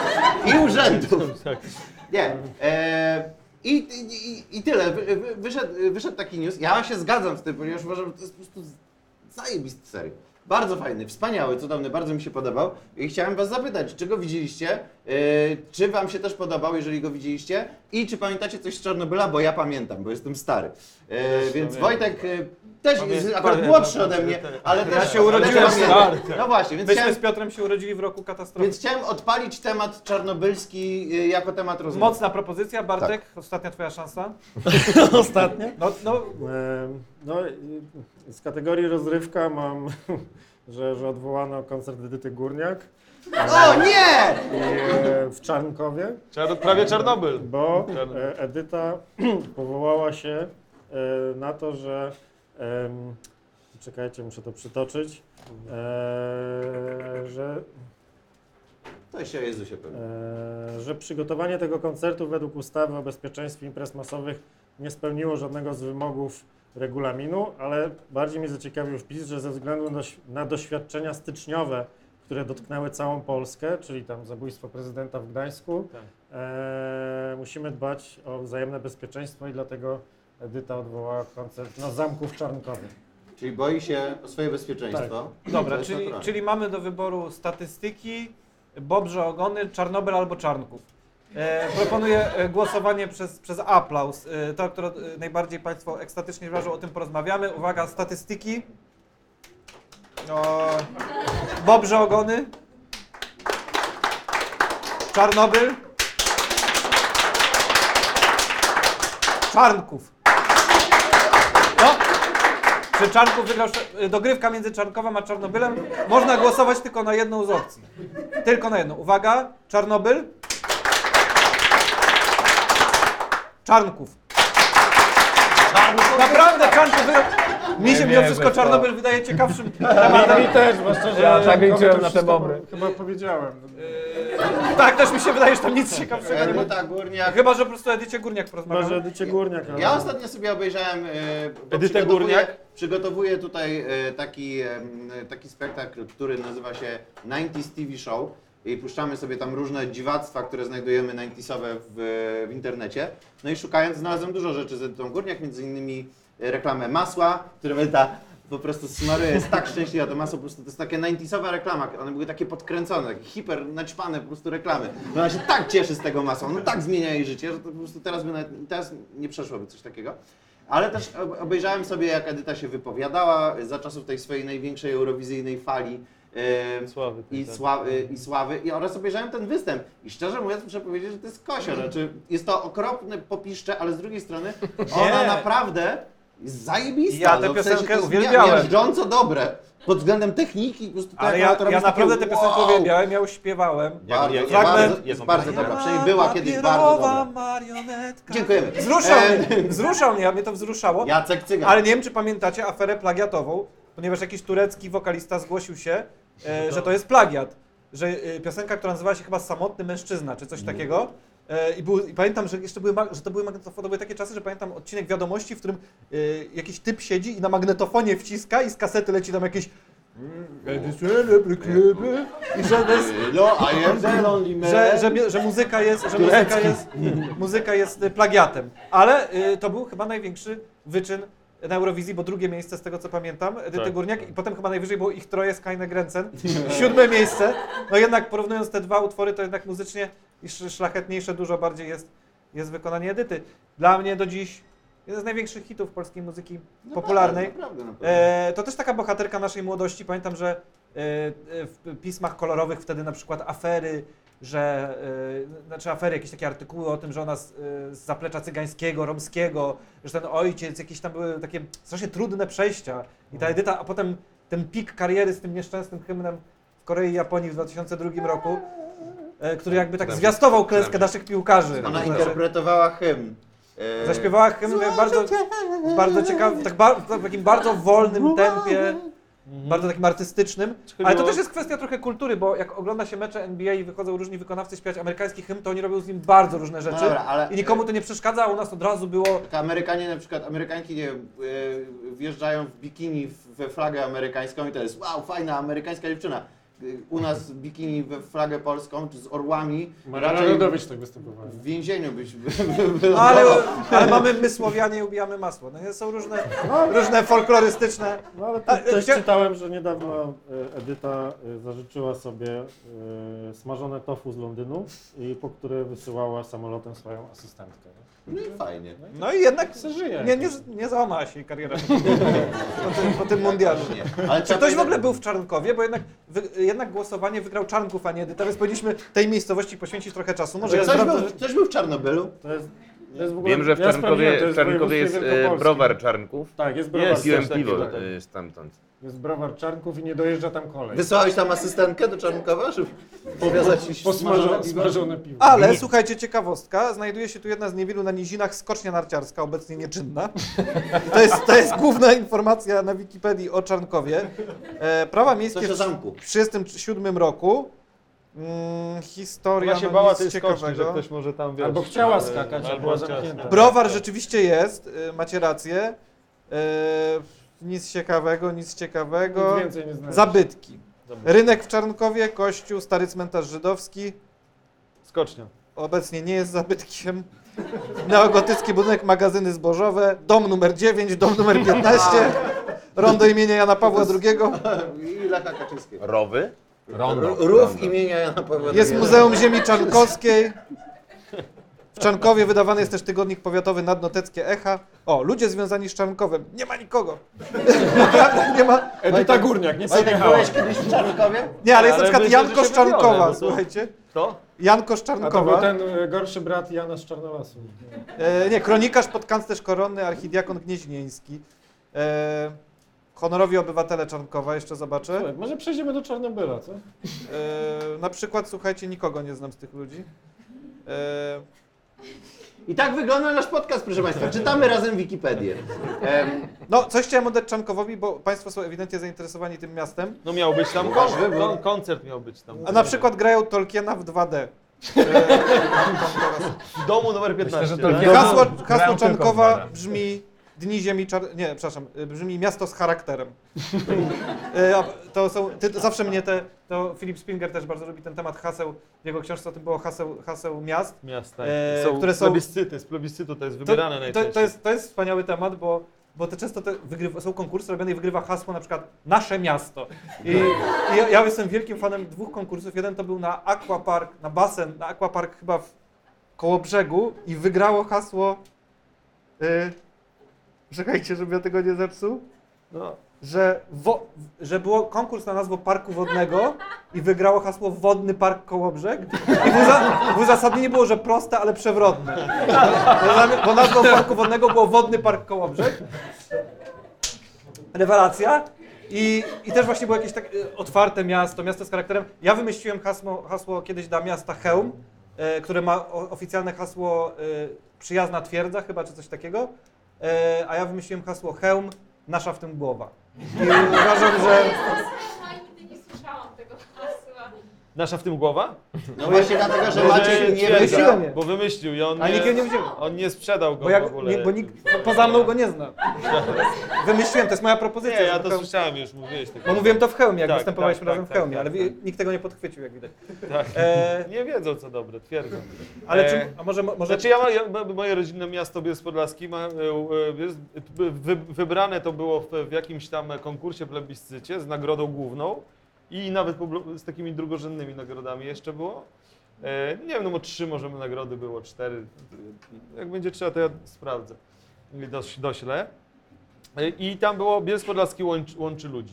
i urzędów. Tak. Nie. E, i, i, i, I tyle. Wy, wy, wyszedł, wyszedł taki news. Ja się zgadzam z tym, ponieważ uważam, że to jest po prostu zajebisty serial. Bardzo fajny, wspaniały, cudowny, bardzo mi się podobał. I chciałem was zapytać, czy go widzieliście? E, czy wam się też podobał, jeżeli go widzieliście? I czy pamiętacie coś z Czarnobyla? Bo ja pamiętam, bo jestem stary. E, więc pamiętam. Wojtek e, też Pamię- jest akurat pamiętam, młodszy ode mnie, pamiętam. ale Ja też się urodziłem ale też pamiętam. stary. No właśnie, więc Myśmy chciałem, z Piotrem się urodzili w roku katastrofy. więc chciałem odpalić temat czarnobylski y, jako temat rozmowy. Mocna propozycja, Bartek, ostatnia twoja szansa. Ostatnie? No, no, Em, No, y, z kategorii rozrywka mam, że, że odwołano koncert Edyty Górniak O nie! i, e, w Czarnkowie, Czar- prawie Czarnobyl. bo Czarnobyl. e, Edyta powołała się e, na to, że em, czekajcie, muszę to przytoczyć, e, że To się o Jezusie pewnie. E, że przygotowanie tego koncertu według ustawy o bezpieczeństwie imprez masowych nie spełniło żadnego z wymogów regulaminu, ale bardziej mnie zaciekawił wpis, że ze względu na, na doświadczenia styczniowe, które dotknęły całą Polskę, czyli tam zabójstwo prezydenta w Gdańsku, Tak. e, musimy dbać o wzajemne bezpieczeństwo i dlatego Edyta odwołała koncert na zamku w Czarnkowie. Czyli boi się o swoje bezpieczeństwo. dobra, To jest czyli, naturalne. czyli mamy do wyboru statystyki, bobrze, ogony, Czarnobyl albo Czarnków. E, proponuję e, głosowanie przez, przez aplauz. E, to, które e, najbardziej Państwo ekstatycznie wrażą, o tym porozmawiamy. Uwaga, statystyki. O, bobrze, ogony. Czarnobyl. Czarnków. No. Czy Czarnków wygrał sz- dogrywka między Czarnkowem a Czarnobylem? Można głosować tylko na jedną z opcji. Tylko na jedną. Uwaga, Czarnobyl. Czarnków. Naprawdę Czarnków wygrał. Mi się Nie mimo wierzę wszystko w to. Czarnobyl wydaje ciekawszym tematem. Mi też, zwłaszcza, że Ja tak Czarnkowie liczyłem to na te wszystko bobry. Chyba powiedziałem. Tak, też mi się wydaje, że tam nic ciekawszego nie ma. Edyta Górniak. Chyba, że po prostu Edycie Górniak Chyba, że porozmawiamy. Edycie Górniak. ale- Ja ostatnio sobie obejrzałem. e, bo Edytę przygotowuję- Górniak? Przygotowuję tutaj e, taki, e, taki spektakl, który nazywa się dziewięćdziesiąt T V Show. I puszczamy sobie tam różne dziwactwa, które znajdujemy dziewięćdziesiąte w, w internecie. No i szukając, znalazłem dużo rzeczy z Edytą Górniak, między innymi reklamę masła, którą Edyta po prostu smaruje, jest tak szczęśliwa, to masło po prostu, to jest takie dziewięćdziesiąta reklama, one były takie podkręcone, takie hiper naćpane po prostu reklamy. No ona się tak cieszy z tego masła, ono tak zmienia jej życie, że to po prostu teraz by nawet, teraz nie przeszłoby coś takiego. Ale też ob- obejrzałem sobie, jak Edyta się wypowiadała za czasów tej swojej największej eurowizyjnej fali. em, Sławy. I, tak. sławy, I sławy, i oraz obejrzałem ten występ. I szczerze mówiąc, muszę powiedzieć, że to jest kosio. Znaczy, jest to okropne popiszcze, ale z drugiej strony ona Nie. naprawdę jest zajebista. Ja tę no, w sensie piosenkę to jest uwielbiałem. miażdżąco dobre. Pod względem techniki, po prostu tak, Ale ja, to robi ja takie naprawdę tę piosenkę wow. uwielbiałem, ja już śpiewałem. Bardzo, Jak- jak- bardzo, jak- jest bardzo dobra. Przynajmniej była kiedyś bardzo Papierowa dobra. marionetka. Dziękujemy. Wzruszał E, mnie, wzruszał mnie, a mnie to wzruszało. Jacek Cygan. Ale nie wiem, czy pamiętacie aferę plagiatową, ponieważ jakiś turecki wokalista zgłosił się, e, że to jest plagiat. że y, piosenka, która nazywała się chyba Samotny Mężczyzna, czy coś takiego. E, I, był, I pamiętam, że jeszcze były, ma- że to były magnetofony, to były takie czasy, że pamiętam odcinek wiadomości, w którym y, jakiś typ siedzi i na magnetofonie wciska i z kasety leci tam jakieś i że, bez, No, I am the lonely man. że, że, mi- że muzyka jest, że muzyka jest, muzyka jest y, plagiatem. Ale y, to był chyba największy wyczyn na Eurowizji, bo drugie miejsce z tego co pamiętam, Edyty Tak, Górniak i potem chyba najwyżej było ich troje z Keine Grenzen. Siódme miejsce. No jednak porównując te dwa utwory, to jednak muzycznie i sz- szlachetniejsze dużo bardziej jest, jest wykonanie Edyty. Dla mnie do dziś jeden z największych hitów polskiej muzyki popularnej. Naprawdę, naprawdę. E, to też taka bohaterka naszej młodości. Pamiętam, że e, e, w pismach kolorowych wtedy na przykład afery, że, e, znaczy afery, jakieś takie artykuły o tym, że ona z, e, z zaplecza cygańskiego, romskiego, że ten ojciec, jakieś tam były takie strasznie trudne przejścia. I ta Edyta, a potem ten pik kariery z tym nieszczęsnym hymnem w Korei i Japonii w dwa tysiące drugim roku, e, który jakby tak zwiastował klęskę naszych piłkarzy. Ona Znaczy, interpretowała hymn. E, zaśpiewała hymn w bardzo, bardzo ciekawym, tak bar, w takim bardzo wolnym tempie, bardzo takim artystycznym. Ale to też jest kwestia trochę kultury, bo jak ogląda się mecze N B A i wychodzą różni wykonawcy śpiewać amerykański hymn, to oni robią z nim bardzo różne rzeczy. Dobra, ale- I nikomu to nie przeszkadza, a u nas od razu było... Amerykanie na przykład, Amerykanki nie wiem, e, wjeżdżają w bikini w- we flagę amerykańską i to jest wow, fajna amerykańska dziewczyna. E, U nas bikini we flagę polską, czy z orłami, Marian raczej Rodowicz tak występowała. w więzieniu byś No, ale, ale mamy my Słowianie i ubijamy masło. No, są różne, różne folklorystyczne... No ale A, te, też chcia- czytałem, że niedawno e, Edyta e, zażyczyła sobie e, smażone tofu z Londynu, i po które wysyłała samolotem swoją asystentkę. Nie? No i fajnie. No i jednak Se żyje. nie, nie, nie załamała się jej kariera po tym, po tym mundialu. Nie. Ale Czy trzeba ktoś w powiedzieć- ogóle był w Czarnkowie? Bo jednak, wy, jednak głosowanie wygrał Czarnków, a nie Edyta, więc powinniśmy tej miejscowości poświęcić trochę czasu. Może ja Ktoś sprawdzę, był, ktoś był w Czarnobylu? To jest, to jest w ogóle, Wiem, że w ja sprawdziłem, Czarnkowie, to w jest Czarnkowie jest województwie e, wielkopolskim. browar Czarnków. Tak, jest browar Jest, Piłem Czarnków, piwo tak. e, stamtąd. Jest browar Czarnków i nie dojeżdża tam kolej. Wysłałeś tam asystentkę do Czarnkowa, żeby powiązać się Posmażone smażone piwo. ale słuchajcie, ciekawostka, znajduje się tu jedna z niewielu na nizinach skocznia narciarska, obecnie nieczynna. I to jest, to jest główna informacja na Wikipedii o Czarnkowie. E, prawa miejskie Coś o w zamku. trzydziestym siódmym roku. Mm, historia Ona się no, bała nic tej skoczni, że ciekawego. ktoś może tam, wiesz... Albo chciała e, skakać, a albo była chciała zamknięta. skakać. Browar rzeczywiście jest, y, macie rację. Y, nic ciekawego, nic ciekawego. Nic więcej nie znaleźć. Zabytki. Zabytki. Rynek w Czarnkowie, kościół, stary cmentarz żydowski. Skocznia. Obecnie nie jest zabytkiem. Neogotycki budynek, magazyny zbożowe. Dom numer dziewięć, dom numer piętnaście. Rondo imienia Jana Pawła drugiego. I Lecha Kaczyńskiego. Rowy? Rondo. Rów imienia Jana Pawła Jest drugiego. Muzeum Ziemi Czarnkowskiej. W Czarnkowie wydawany jest też tygodnik powiatowy Nadnoteckie Echa. O, ludzie związani z Czarnkowem. Nie ma nikogo. Naprawdę nie ma. Edyta Górniak, nic nie Wojtek, jechała. byłeś kiedyś w Czarnkowie? Nie, ale jest na Ale przykład myślę, Janko że z się wybiorę, Czarnkowa, no to- słuchajcie. Kto? Janko z A to był Czarnkowa. ten e, gorszy brat Jana z Czarnolasu. E, nie, kronikarz, podkanclerz koronny, archidiakon gnieźnieński. E, honorowi obywatele Czarnkowa, jeszcze zobaczę. Słuchaj, może przejdziemy do Czarnobyla, co? E, na przykład, słuchajcie, nikogo nie znam z tych ludzi. E, I tak wygląda nasz podcast, proszę Państwa. Czytamy razem Wikipedię. Em, no, coś chciałem oddać Czarnkowowi, bo Państwo są ewidentnie zainteresowani tym miastem. No miał być tam Wasz kon- wybór. kon- koncert miał być tam. A na przykład grają Tolkiena w dwa D. W domu numer piętnaście. Myślę, że to- tak? Hasło, Grają hasło tylko w Czarnkowa dwa D. brzmi Dni Ziemi Czar... Nie, przepraszam, brzmi miasto z charakterem. E, a to są, ty, zawsze mnie te, to Philip Spinger też bardzo lubi ten temat haseł, w jego książce o tym było haseł, haseł miast. Miasta. E, są które są- plebiscyty, z plebiscytu to jest To, wybierane to, najczęściej. to, jest, to jest wspaniały temat, bo, bo te często te wygrywa, są konkursy robione i wygrywa hasło na przykład nasze miasto. I, i ja, ja jestem wielkim fanem dwóch konkursów. Jeden to był na Aquapark, na basen, na Aquapark chyba w Kołobrzegu i wygrało hasło, y, czekajcie, żebym ja tego nie zepsuł, No. że, wo, że było konkurs na nazwę parku wodnego i wygrało hasło Wodny Park Kołobrzeg i w, uza, w uzasadnieniu było, że proste, ale przewrotne. Bo nazwą parku wodnego było Wodny Park Kołobrzeg. Rewelacja. I, I też właśnie było jakieś tak y, otwarte miasto, miasto z charakterem. Ja wymyśliłem hasło, hasło kiedyś dla miasta Chełm, y, które ma o, oficjalne hasło y, Przyjazna Twierdza chyba, czy coś takiego. Y, a ja wymyśliłem hasło Chełm, nasza w tym głowa. I uważam, że... Ja nigdy nie słyszałam tego hasła. Nasza w tym głowa? No właśnie dlatego, że Bo Maciek że- nie twierdza, wymyśliłem je. Bo wymyślił i on A nikt nie, jej nie wziął. on nie sprzedał go Bo, jak, w ogóle. nie, bo nikt poza mną go nie zna. Wymyśliłem, to jest moja propozycja. Nie, ja żeby to Chełm- słyszałem już, mówiłeś tego. Bo mówiłem to w Chełmie, jak Tak, występowaliśmy tak, razem tak, w Chełmie, tak, ale tak, wi- tak. nikt tego nie podchwycił, jak widać. Tak. E, Nie wiedzą co dobre, twierdzą. ale E, czy, a może, może Znaczy ja, ma- ja ma- moje rodzinne miasto Bielsk Podlaski ma, e, e, jest, wy, wybrane to było w, w jakimś tam konkursie plebiscycie z nagrodą główną i nawet poblo- z takimi drugorzędnymi nagrodami jeszcze było. E, nie wiem, no bo trzy możemy nagrody było, cztery. Jak będzie trzeba, to ja sprawdzę. I doś, doślę. E, I tam było Bielsk Podlaski łączy, łączy ludzi.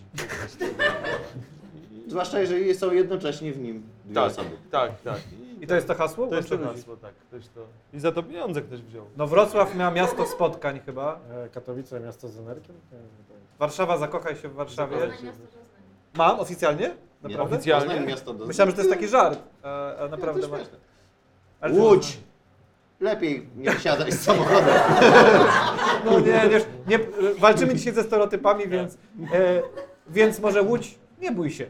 Zwłaszcza jeżeli są jednocześnie w nim dwie Tak, osoby. tak, tak. I to jest to hasło? To jest to Łączy ludzi. hasło, tak. Ktoś to... I za to pieniądze ktoś wziął. No Wrocław miał miasto spotkań chyba. E, Katowice, miasto z energią? Nie wiem, nie pamiętam. Warszawa, zakochaj się w Warszawie. Zakochaj się. Mam oficjalnie? Nie, Naprawdę? oficjalnie? Poznań miasto do... Myślałem, że to jest taki żart, a, a naprawdę to ma. śmieszne. Ale- Łódź! Lepiej nie wysiadaj z samochodem. No nie, nie, nie, walczymy dzisiaj ze stereotypami, więc, e, więc może Łódź, nie bój się.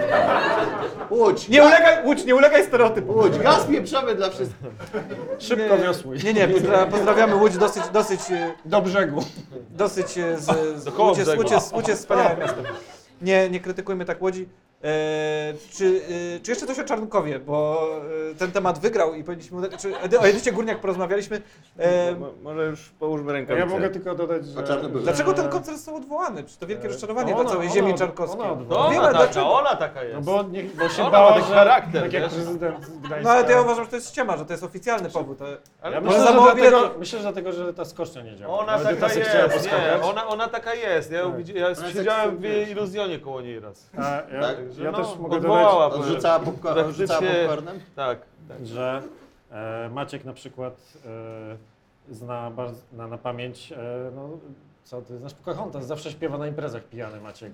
Łódź! Nie ulegaj, Łódź, nie ulegaj stereotypom. Łódź! Gaz pieprzowy dla wszystkich. Szybko wiosłuj. Nie, nie, pozdra, pozdrawiamy Łódź dosyć, dosyć, e, Do brzegu. dosyć e, z, z Do koło Łódź, jest, brzegu. Łódź, jest, Łódź jest wspaniałym miastem. Nie, nie krytykujmy tak Łodzi. E, czy, e, czy jeszcze coś o Czarnkowie, bo e, ten temat wygrał i powinniśmy, czy o Edycie Górniak porozmawialiśmy. E, Mo- Może już połóżmy Ja rękawice. mogę tylko dodać, że... A czarny był. dlaczego ten koncert został odwołany? Przecież to wielkie rozczarowanie Ona- dla całej ona- ziemi ona czarnkowskiej. odwołała. No Wiemy ona taka, dlaczego. ona taka jest. No bo, nie, bo się Ona bała, ma taki że charakter, tak jak wiesz? prezydent Gdańska. No ale to ja uważam, że to jest ściema, że to jest oficjalny powód. Ale Ja Może myślę, za że mało dlatego, biletów. myślę, że dlatego, że ta skocznia nie działa. Ona Edyta taka sobie chciała jest, poskakać. nie, ona, ona taka jest. Ja, ją Tak. widzi- ja jest siedziałem w tak- iluzjonie koło niej raz. A ja, Tak? ja No, też mogę odwołała. dodać, Odrzucała, popko- odrzucała Praktycznie- popcornem? Tak, tak. że e, Maciek na przykład e, zna bardzo, na, na pamięć, e, no co ty znasz Pocahontas, zawsze śpiewa na imprezach pijany Maciek.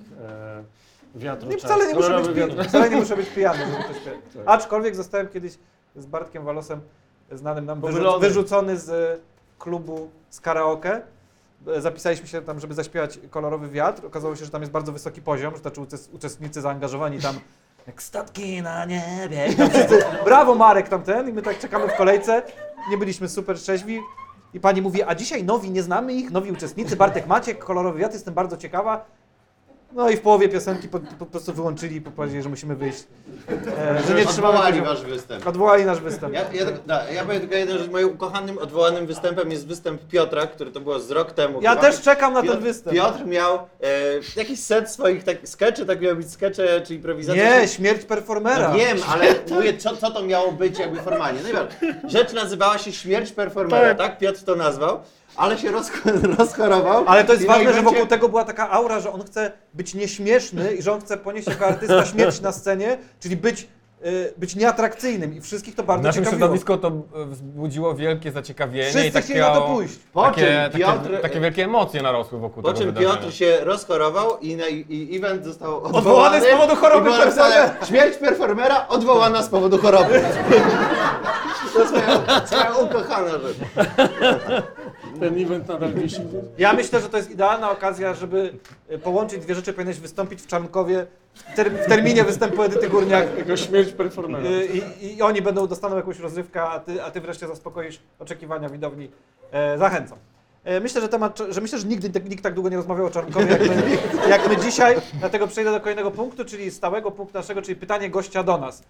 E, wiatru Nie, czas, wcale nie, muszę być, kolorowy pi- wiatr. wcale nie muszę być pijany, żeby to śpiewać. Tak. Aczkolwiek zostałem kiedyś z Bartkiem Walosem, znanym nam, wyrzu- Pomylony. wyrzucony z e, klubu z karaoke. E, Zapisaliśmy się tam, żeby zaśpiewać Kolorowy Wiatr. Okazało się, że tam jest bardzo wysoki poziom, że tacy uczes- uczestnicy zaangażowani tam jak statki na niebie. I tam wszyscy, brawo Marek tamten i my tak czekamy w kolejce. Nie byliśmy super trzeźwi. I pani mówi, a dzisiaj nowi, nie znamy ich, nowi uczestnicy, Bartek Maciek, Kolorowy Wiatr, jestem bardzo ciekawa. No i w połowie piosenki po, po prostu wyłączyli i powiedzieli, że musimy wyjść. E, że nie trzymamy Odwołali poziomu. wasz występ. Odwołali nasz występ. Ja, ja, tak- da, ja powiem tylko jeden, że moim ukochanym, odwołanym występem jest występ Piotra, który to było z rok temu. Ja chyba. też czekam na Piotr, ten występ. Piotr miał e, jakiś set swoich tak, skeczy, tak miały być skecze czy improwizacja. Nie, Się- śmierć performera. No wiem, ale mówię, co, co to miało być jakby formalnie. No i patrz, rzecz nazywała się Śmierć performera, tak? Piotr to nazwał, ale się rozch- rozchorował. Ale to jest I na ważne, że evencie- wokół tego była taka aura, że on chce być nieśmieszny i że on chce ponieść jako artysta śmierć na scenie, czyli być, y, być nieatrakcyjnym i wszystkich to W bardzo naszym ciekawiło. środowisku to e, wzbudziło wielkie zaciekawienie Wszyscy i takie, chcieli na to pójść. Po takie, czym Piotr, takie, takie wielkie emocje narosły wokół po tego czym wydarzenia. Piotr się rozchorował i, na, i event został odwołany. Odwołany z powodu choroby I była napisane, performera. Śmierć performera odwołana z powodu choroby. To jest moja, moja ukochana rzecz. Ten event nadal wisi. Ja myślę, że to jest idealna okazja, żeby y, połączyć dwie rzeczy. Powinieneś wystąpić w Czarnkowie w, ter w terminie występu Edyty Górniak. Jako śmierć performera. Y, I, I oni będą, dostaną jakąś rozrywkę, a ty, a ty wreszcie zaspokoisz oczekiwania widowni. E, zachęcam. E, myślę, że temat, że myślę, że nigdy tak- nikt tak długo nie rozmawiał o Czarnkowie jak my, jak my dzisiaj. Dlatego przejdę do kolejnego punktu, czyli stałego punktu naszego, czyli pytanie gościa do nas.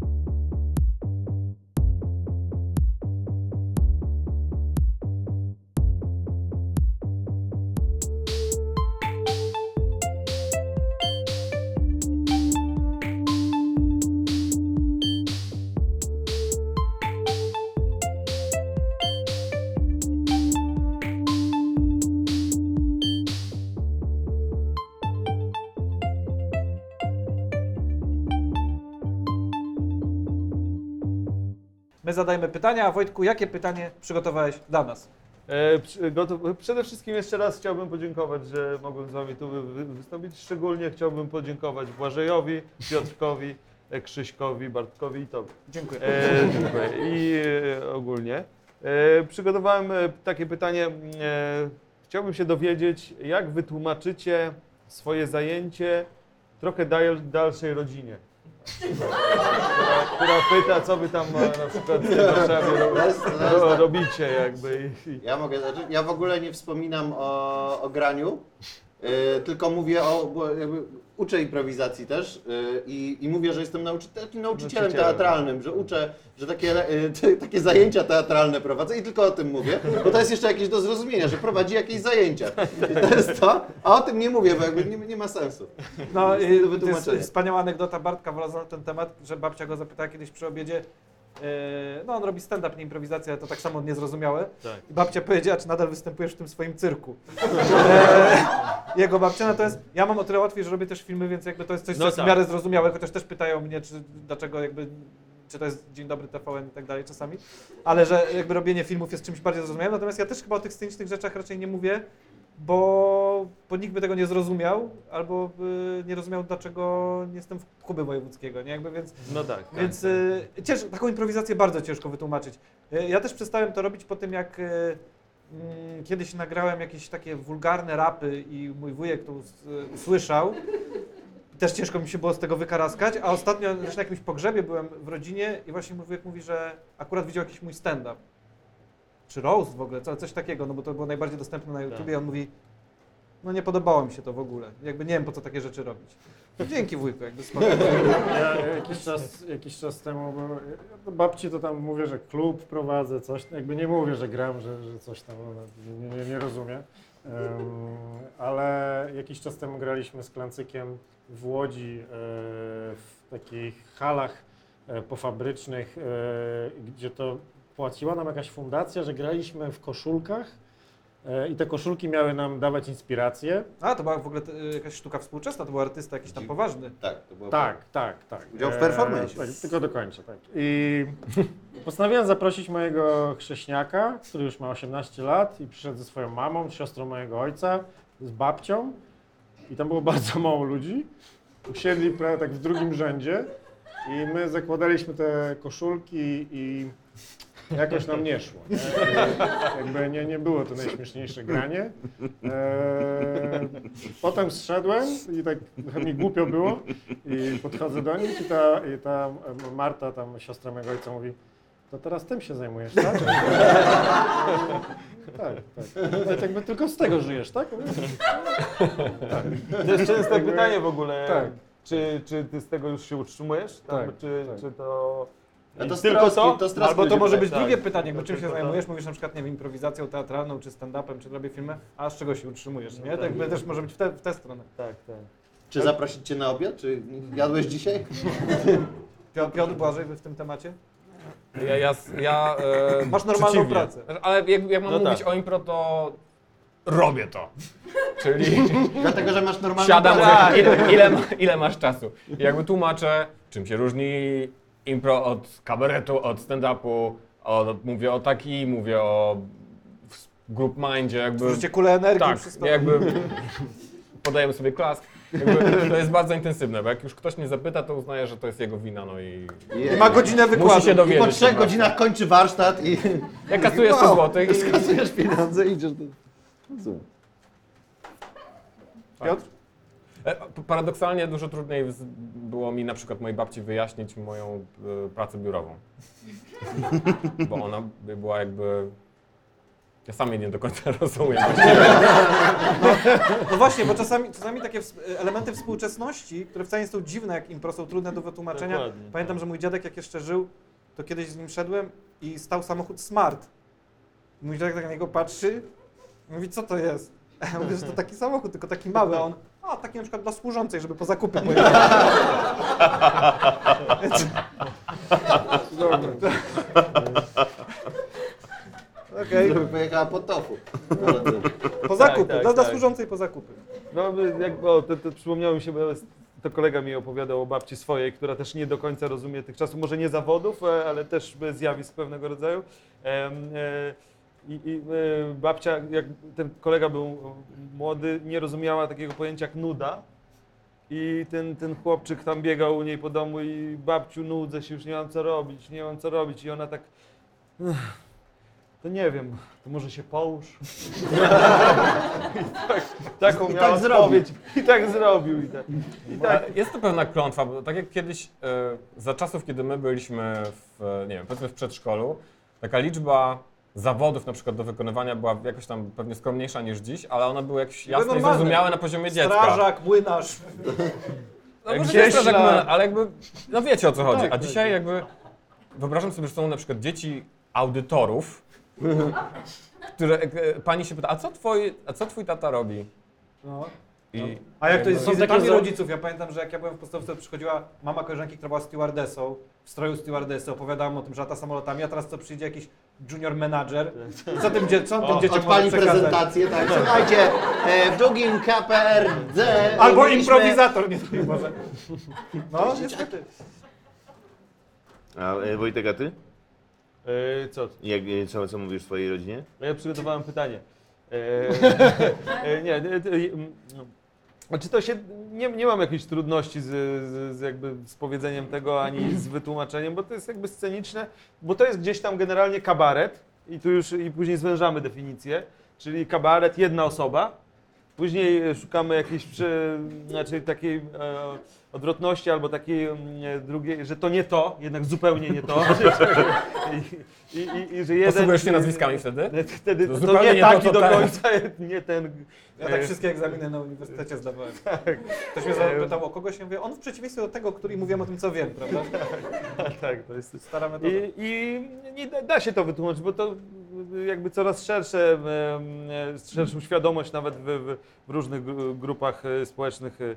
My zadajemy pytania, a Wojtku, jakie pytanie przygotowałeś dla nas? E, przy- gotow, przede wszystkim jeszcze raz chciałbym podziękować, że mogłem z Wami tu wy, wy, wystąpić. Szczególnie chciałbym podziękować Błażejowi, Piotrkowi, e, Krzyśkowi, Bartkowi i Tobie. Dziękuję. E, dziękuję. I e, ogólnie. E, przygotowałem e, takie pytanie. E, chciałbym się dowiedzieć, jak wytłumaczycie swoje zajęcie trochę dal, dalszej rodzinie. która, która pyta, co wy tam e, na przykład w Warszawie ro, To jest- to jest ro, tak. robicie jakby. I, i, Ja mogę zacząć. Ja w ogóle nie wspominam o, o graniu, yy, tylko mówię o, bo jakby uczę improwizacji też yy, i, i mówię, że jestem nauczy, takim nauczycielem Nauczycielem. teatralnym, że uczę, że takie, yy, te, takie zajęcia teatralne prowadzę i tylko o tym mówię, bo to jest jeszcze jakieś do zrozumienia, że prowadzi jakieś zajęcia. I to jest to, a o tym nie mówię, bo jakby nie, nie ma sensu. No, Jest i do to jest wytłumaczenia. wspaniała anegdota Bartka Wolaza na ten temat, że babcia go zapytała kiedyś przy obiedzie, e, no on robi stand-up, nie improwizację, ale to tak samo niezrozumiałe. Tak. I babcia powiedziała, czy nadal występujesz w tym swoim cyrku. E, jego babcia, natomiast ja mam o tyle łatwiej, że robię też filmy, więc jakby to jest coś, co No jest tak. w miarę zrozumiałe, chociaż też pytają mnie, czy dlaczego jakby, czy to jest Dzień Dobry T V N i tak dalej czasami, ale że jakby robienie filmów jest czymś bardziej zrozumiałym, natomiast ja też chyba o tych scenicznych rzeczach raczej nie mówię, bo, bo nikt by tego nie zrozumiał, albo by nie rozumiał, dlaczego nie jestem w Kuby Wojewódzkiego, nie? Jakby, więc No tak. tak. więc y, cięż, taką improwizację bardzo ciężko wytłumaczyć. Y, ja też przestałem to robić po tym, jak y, mm, kiedyś nagrałem jakieś takie wulgarne rapy i mój wujek to us, y, usłyszał. Też ciężko mi się było z tego wykaraskać, a ostatnio też na jakimś pogrzebie byłem w rodzinie i właśnie mój wujek mówi, że akurat widział jakiś mój stand-up. Czy roast w ogóle, co, coś takiego, no bo to było najbardziej dostępne na YouTubie i on mówi, no nie podobało mi się to w ogóle, jakby nie wiem po co takie rzeczy robić. No, dzięki wujku, jakby spokojnie. Ja jakiś czas, jakiś czas temu, bo ja do babci to tam mówię, że klub prowadzę, coś, jakby nie mówię, że gram, że, że coś tam, ona nie, nie, nie rozumie. Um, ale jakiś czas temu graliśmy z Klancykiem w Łodzi e, w takich halach e, pofabrycznych, e, gdzie to płaciła nam jakaś fundacja, że graliśmy w koszulkach e, i te koszulki miały nam dawać inspirację. A, to była w ogóle y, jakaś sztuka współczesna, to był artysta jakiś tam poważny. Tak, to było Tak, tak, tak. Udział w performance'ie. tak, tylko dokończę, tak. I postanowiłem zaprosić mojego chrześniaka, który już ma osiemnaście lat i przyszedł ze swoją mamą, siostrą mojego ojca, z babcią i tam było bardzo mało ludzi. Usiedli prawie tak w drugim rzędzie i my zakładaliśmy te koszulki i jakoś nam nie szło. Nie? Jakby nie, nie było to najśmieszniejsze granie. Eee, potem zszedłem i tak trochę mi głupio było i podchodzę do nich i ta, i ta Marta, tam siostra mojego ojca mówi, to teraz tym się zajmujesz, tak? Tak, tak. No i tak jakby tylko z tego żyjesz, tak? To jest częste pytanie w ogóle. Tak. Czy, czy ty z tego już się utrzymujesz? Tam, Tak, czy, tak. czy to... A to z tylko troski, to? to z troski Albo to ludzie może pytają. być tak. drugie pytanie, jakby To czym się tylko to. zajmujesz, mówisz na przykład, nie wiem, improwizacją teatralną, czy stand-upem, czy robię filmy, a z czego się utrzymujesz, nie? Tak jakby też może być w tę w tę stronę. Tak, tak. Czy zaprosić cię na obiad? Czy jadłeś dzisiaj? Piotr, Piotr Błażej w tym temacie? Ja, ja, ja e, Masz normalną Przeciwnie. pracę. ale jak, jak mam No mówić tak. o impro, to robię to. Czyli Dlatego, że masz normalną siadam, pracę. mówię, ile, ile, ma- ile masz czasu. I jakby tłumaczę, czym się różni impro od kabaretu, od stand-upu, od, mówię o taki, mówię o w- group mindzie, jakby... Życie kulę energii Tak, przy stole. jakby podajemy sobie klask. Jakby to jest bardzo intensywne, bo jak już ktoś mnie zapyta, to uznaję, że to jest jego wina, no i I ma godzinę wykładu. musi się I dowiedzieć. po trzech po prostu. godzinach kończy warsztat i Ja kasuję sto złotych i... skasujesz pieniądze i idziesz do... Rozumiem. Piotr? E, p- Paradoksalnie dużo trudniej z- było mi na przykład mojej babci wyjaśnić moją e, pracę biurową. Bo ona by była jakby... Ja sam jej nie do końca rozumiem. No właśnie, bo czasami, czasami takie ws- elementy współczesności, które wcale nie są dziwne, jak impro, są trudne do wytłumaczenia. Dokładnie, Pamiętam, że mój dziadek jak jeszcze żył, to kiedyś z nim szedłem i stał samochód Smart. Mój dziadek tak na niego patrzy i mówi, co to jest? A ja mówię, że to taki samochód, tylko taki mały, a on, a taki na przykład dla służącej, żeby po zakupy pojechać. Okej, Żeby pojechała po tofu. po zakupy, tak, dla, dla tak. służącej po zakupy. No, jak, o, to, to przypomniało mi się, bo to kolega mi opowiadał o babci swojej, która też nie do końca rozumie tych czasów, może nie zawodów, e, ale też e, zjawisk pewnego rodzaju. Em, e, I, i e, babcia, jak ten kolega był młody, nie rozumiała takiego pojęcia jak nuda. I ten, ten chłopczyk tam biegał u niej po domu i babciu, nudzę się, już nie mam co robić, nie mam co robić. I ona tak... to nie wiem, to może się połóż. I tak, taką I miał tak zrobił. odpowiedź. I tak zrobił. I tak, i tak. Ale jest to pewna klątwa, bo tak jak kiedyś, e, za czasów, kiedy my byliśmy w, nie wiem, powiedzmy w przedszkolu, taka liczba zawodów na przykład do wykonywania była jakoś tam pewnie skromniejsza niż dziś, ale one były jakieś jasne i normalne. zrozumiałe na poziomie dziecka. Strażak, młynarz. No Jak może gdzieś nie strażak, na- młyn- ale jakby, no wiecie o co chodzi. Tak, A tak. dzisiaj jakby, wyobrażam sobie, że są na przykład dzieci audytorów, które, e, pani się pyta, a co twoi, a co twój tata robi? No. I A jak to jest z Są takie wizytami za- rodziców? Ja pamiętam, że jak ja byłem w podstawce, przychodziła mama koleżanki, która była stewardessą, w stroju stewardessy, opowiadałam o tym, że lata samolotami, a teraz co przyjdzie jakiś junior manager. Co tym, dzie- co on tym O, dzieciom może odpali przekazać? prezentację, tak. Słuchajcie, e, w drugim K P R D Albo mieliśmy- improwizator, nie daj Boże. No, niestety. A e, Wojtek, a ty? E, co? Jak, e, co, co mówisz swojej rodzinie? No ja przygotowałem pytanie. E, e, nie, e, e, mm, znaczy to się, nie, nie mam jakichś trudności z, z, z, jakby z powiedzeniem tego, ani z wytłumaczeniem, bo to jest jakby sceniczne, bo to jest gdzieś tam generalnie kabaret i tu już i później zwężamy definicję, czyli kabaret jedna osoba, później szukamy jakiejś przy, znaczy takiej e, odwrotności albo takiej mm, drugiej, że to nie to, jednak zupełnie nie to. I, i, i, i że jeden, posługujesz się nazwiskami wtedy? Wtedy To to, zupełnie nie nie to, taki co do ten. końca, nie ten. Ja tak wszystkie egzaminy na uniwersytecie zdawałem. Ktoś mnie zapytał o kogoś, ja mówię, on w przeciwieństwie do tego, który mówiłem o tym, co wiem, prawda? Tak, to jest. Stara metoda. I, i nie da, da się to wytłumaczyć, bo to jakby coraz szersze, em, e, szerszą świadomość nawet w, w, w różnych gru- grupach e, społecznych e,